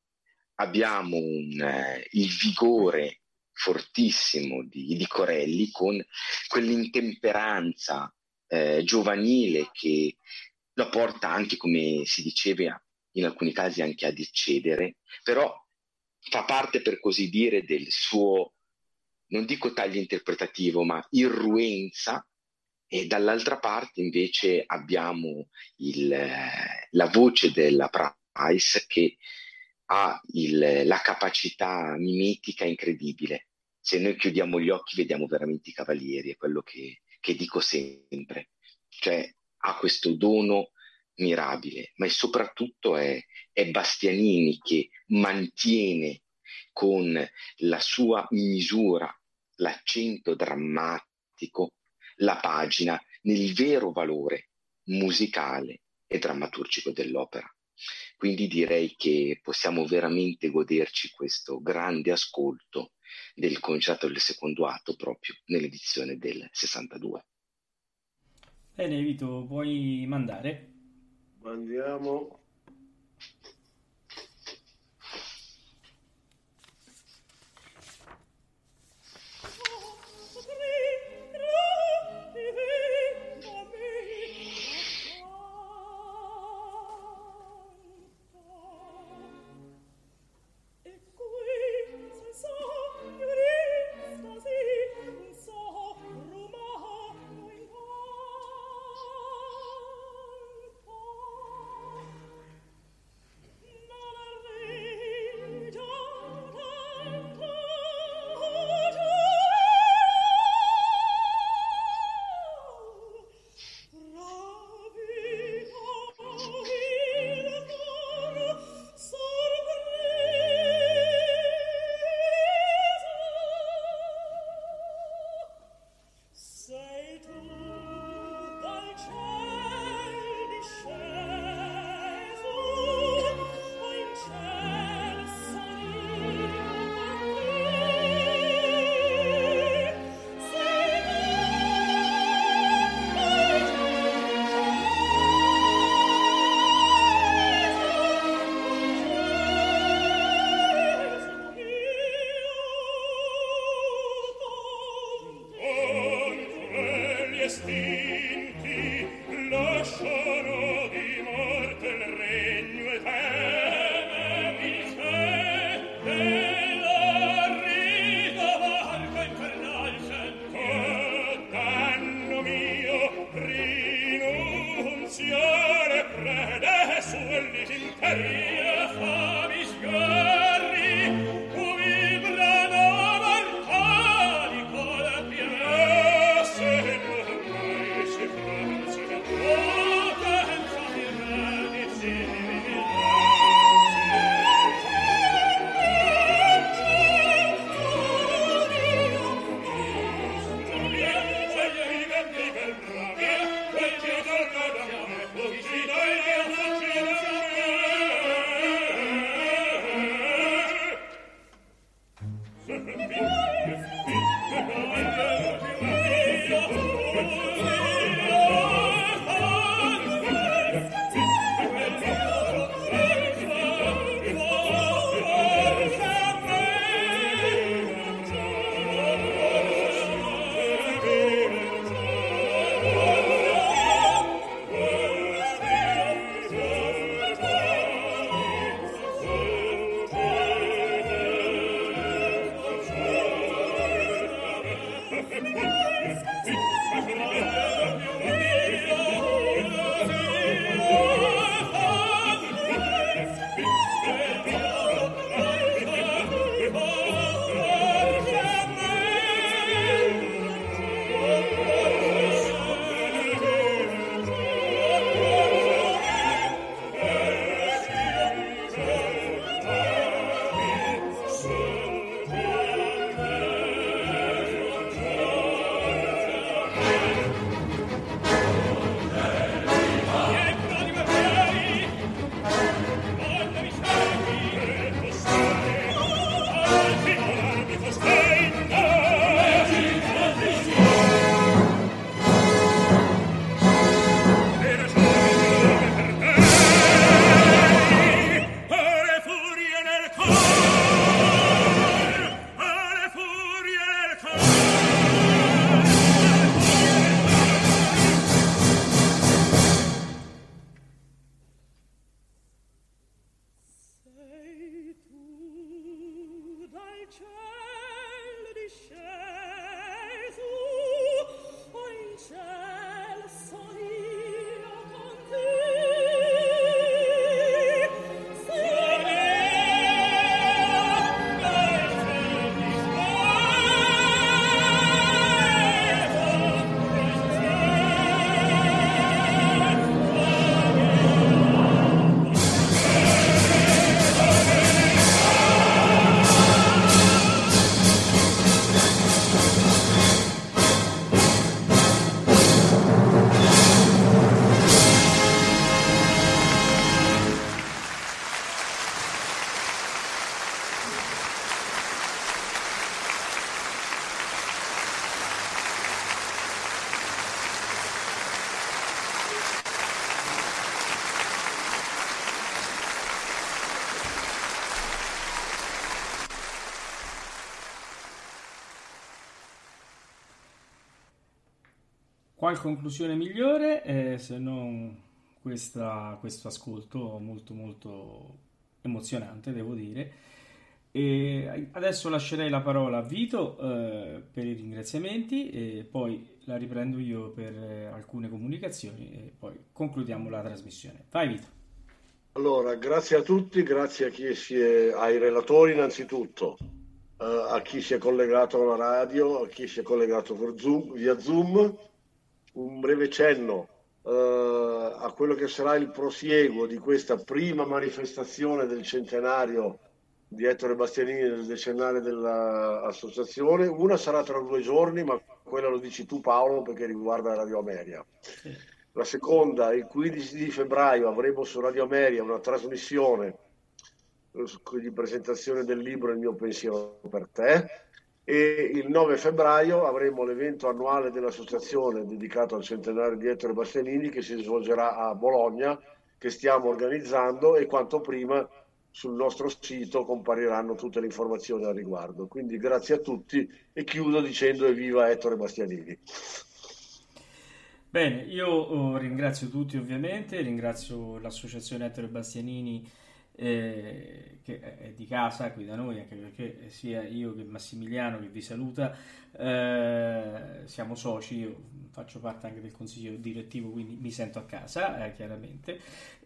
Abbiamo il vigore fortissimo di Corelli con quell'intemperanza giovanile che lo porta anche, come si diceva in alcuni casi, anche ad eccedere, però fa parte, per così dire, del suo, non dico taglio interpretativo, ma irruenza. E dall'altra parte invece abbiamo la voce della Price, che ha la capacità mimetica incredibile. Se noi chiudiamo gli occhi vediamo veramente i cavalieri, è quello che dico sempre. Cioè ha questo dono mirabile, ma soprattutto è Bastianini che mantiene con la sua misura, l'accento drammatico, la pagina nel vero valore musicale e drammaturgico dell'opera. Quindi direi che possiamo veramente goderci questo grande ascolto del concerto del secondo atto proprio nell'edizione del 62. Bene, Vito, puoi mandare? Mandiamo. Qual conclusione migliore se non questo ascolto molto molto emozionante, devo dire. E adesso lascerei la parola a Vito per i ringraziamenti e poi la riprendo io per alcune comunicazioni e poi concludiamo la trasmissione. Vai Vito. Allora, grazie a tutti, grazie ai relatori innanzitutto, a chi si è collegato alla radio, a chi si è collegato via Zoom. Un breve cenno a quello che sarà il prosieguo di questa prima manifestazione del centenario di Ettore Bastianini, del decennale dell'associazione. Una sarà tra 2 giorni, ma quella lo dici tu Paolo perché riguarda Radio Ameria. La seconda, il 15 di febbraio, avremo su Radio Ameria una trasmissione di presentazione del libro Il mio pensiero per te. E il 9 febbraio avremo l'evento annuale dell'associazione dedicato al centenario di Ettore Bastianini che si svolgerà a Bologna, che stiamo organizzando, e quanto prima sul nostro sito compariranno tutte le informazioni al riguardo. Quindi grazie a tutti e chiudo dicendo evviva Ettore Bastianini. Bene, io ringrazio tutti ovviamente, ringrazio l'associazione Ettore Bastianini che è di casa qui da noi, anche perché sia io che Massimiliano che vi saluta siamo soci, io faccio parte anche del consiglio direttivo, quindi mi sento a casa chiaramente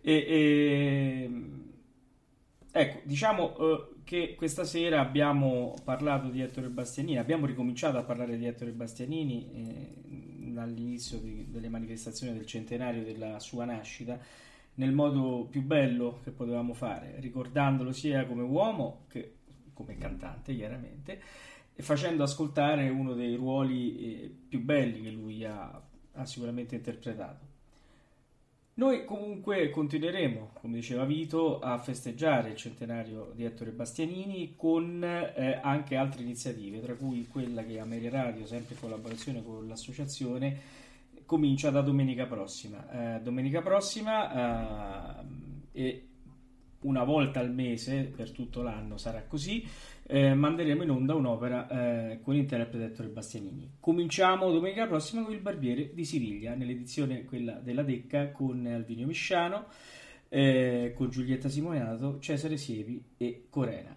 ecco, diciamo che questa sera abbiamo parlato di Ettore Bastianini, abbiamo ricominciato a parlare di Ettore Bastianini dall'inizio delle manifestazioni del centenario della sua nascita nel modo più bello che potevamo fare, ricordandolo sia come uomo che come cantante, chiaramente, e facendo ascoltare uno dei ruoli più belli che lui ha sicuramente interpretato. Noi comunque continueremo, come diceva Vito, a festeggiare il centenario di Ettore Bastianini con anche altre iniziative, tra cui quella che Ameria Radio, sempre in collaborazione con l'associazione, comincia da domenica prossima. E una volta al mese, per tutto l'anno sarà così, manderemo in onda un'opera con interprete Ettore Bastianini. Cominciamo domenica prossima con Il Barbiere di Siviglia, nell'edizione quella della Decca, con Alvinio Misciano, con Giulietta Simonato, Cesare Sievi e Corena.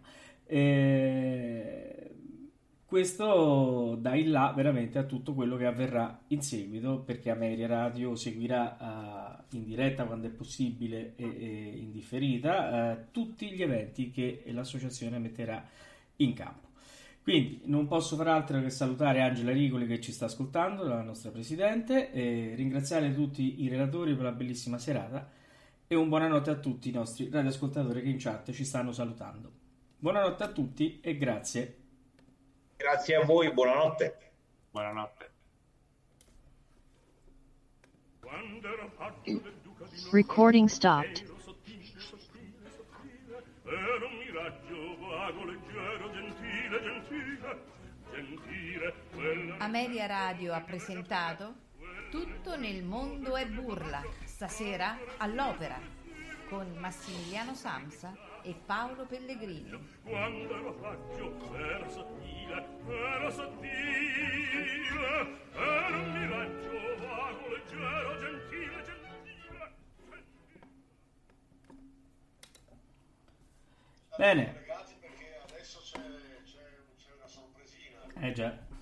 Questo dà il là veramente a tutto quello che avverrà in seguito, perché Ameria Radio seguirà in diretta quando è possibile e in differita tutti gli eventi che l'associazione metterà in campo. Quindi non posso far altro che salutare Angela Rigoli, che ci sta ascoltando, la nostra presidente, e ringraziare tutti i relatori per la bellissima serata, e un buonanotte a tutti i nostri radioascoltatori che in chat ci stanno salutando. Buonanotte a tutti e grazie. Grazie a voi, buonanotte. Buonanotte. Recording stopped. Era un miraggio vago, leggero, gentile, gentile. Ameria Radio ha presentato Tutto nel mondo è burla, stasera all'Opera, con Massimiliano Samsa e Paolo Pellegrini. Quando ero faggio era sottile, era un miraggio vago, leggero, gentile. Bene. Perché adesso c'è una sorpresina. Già.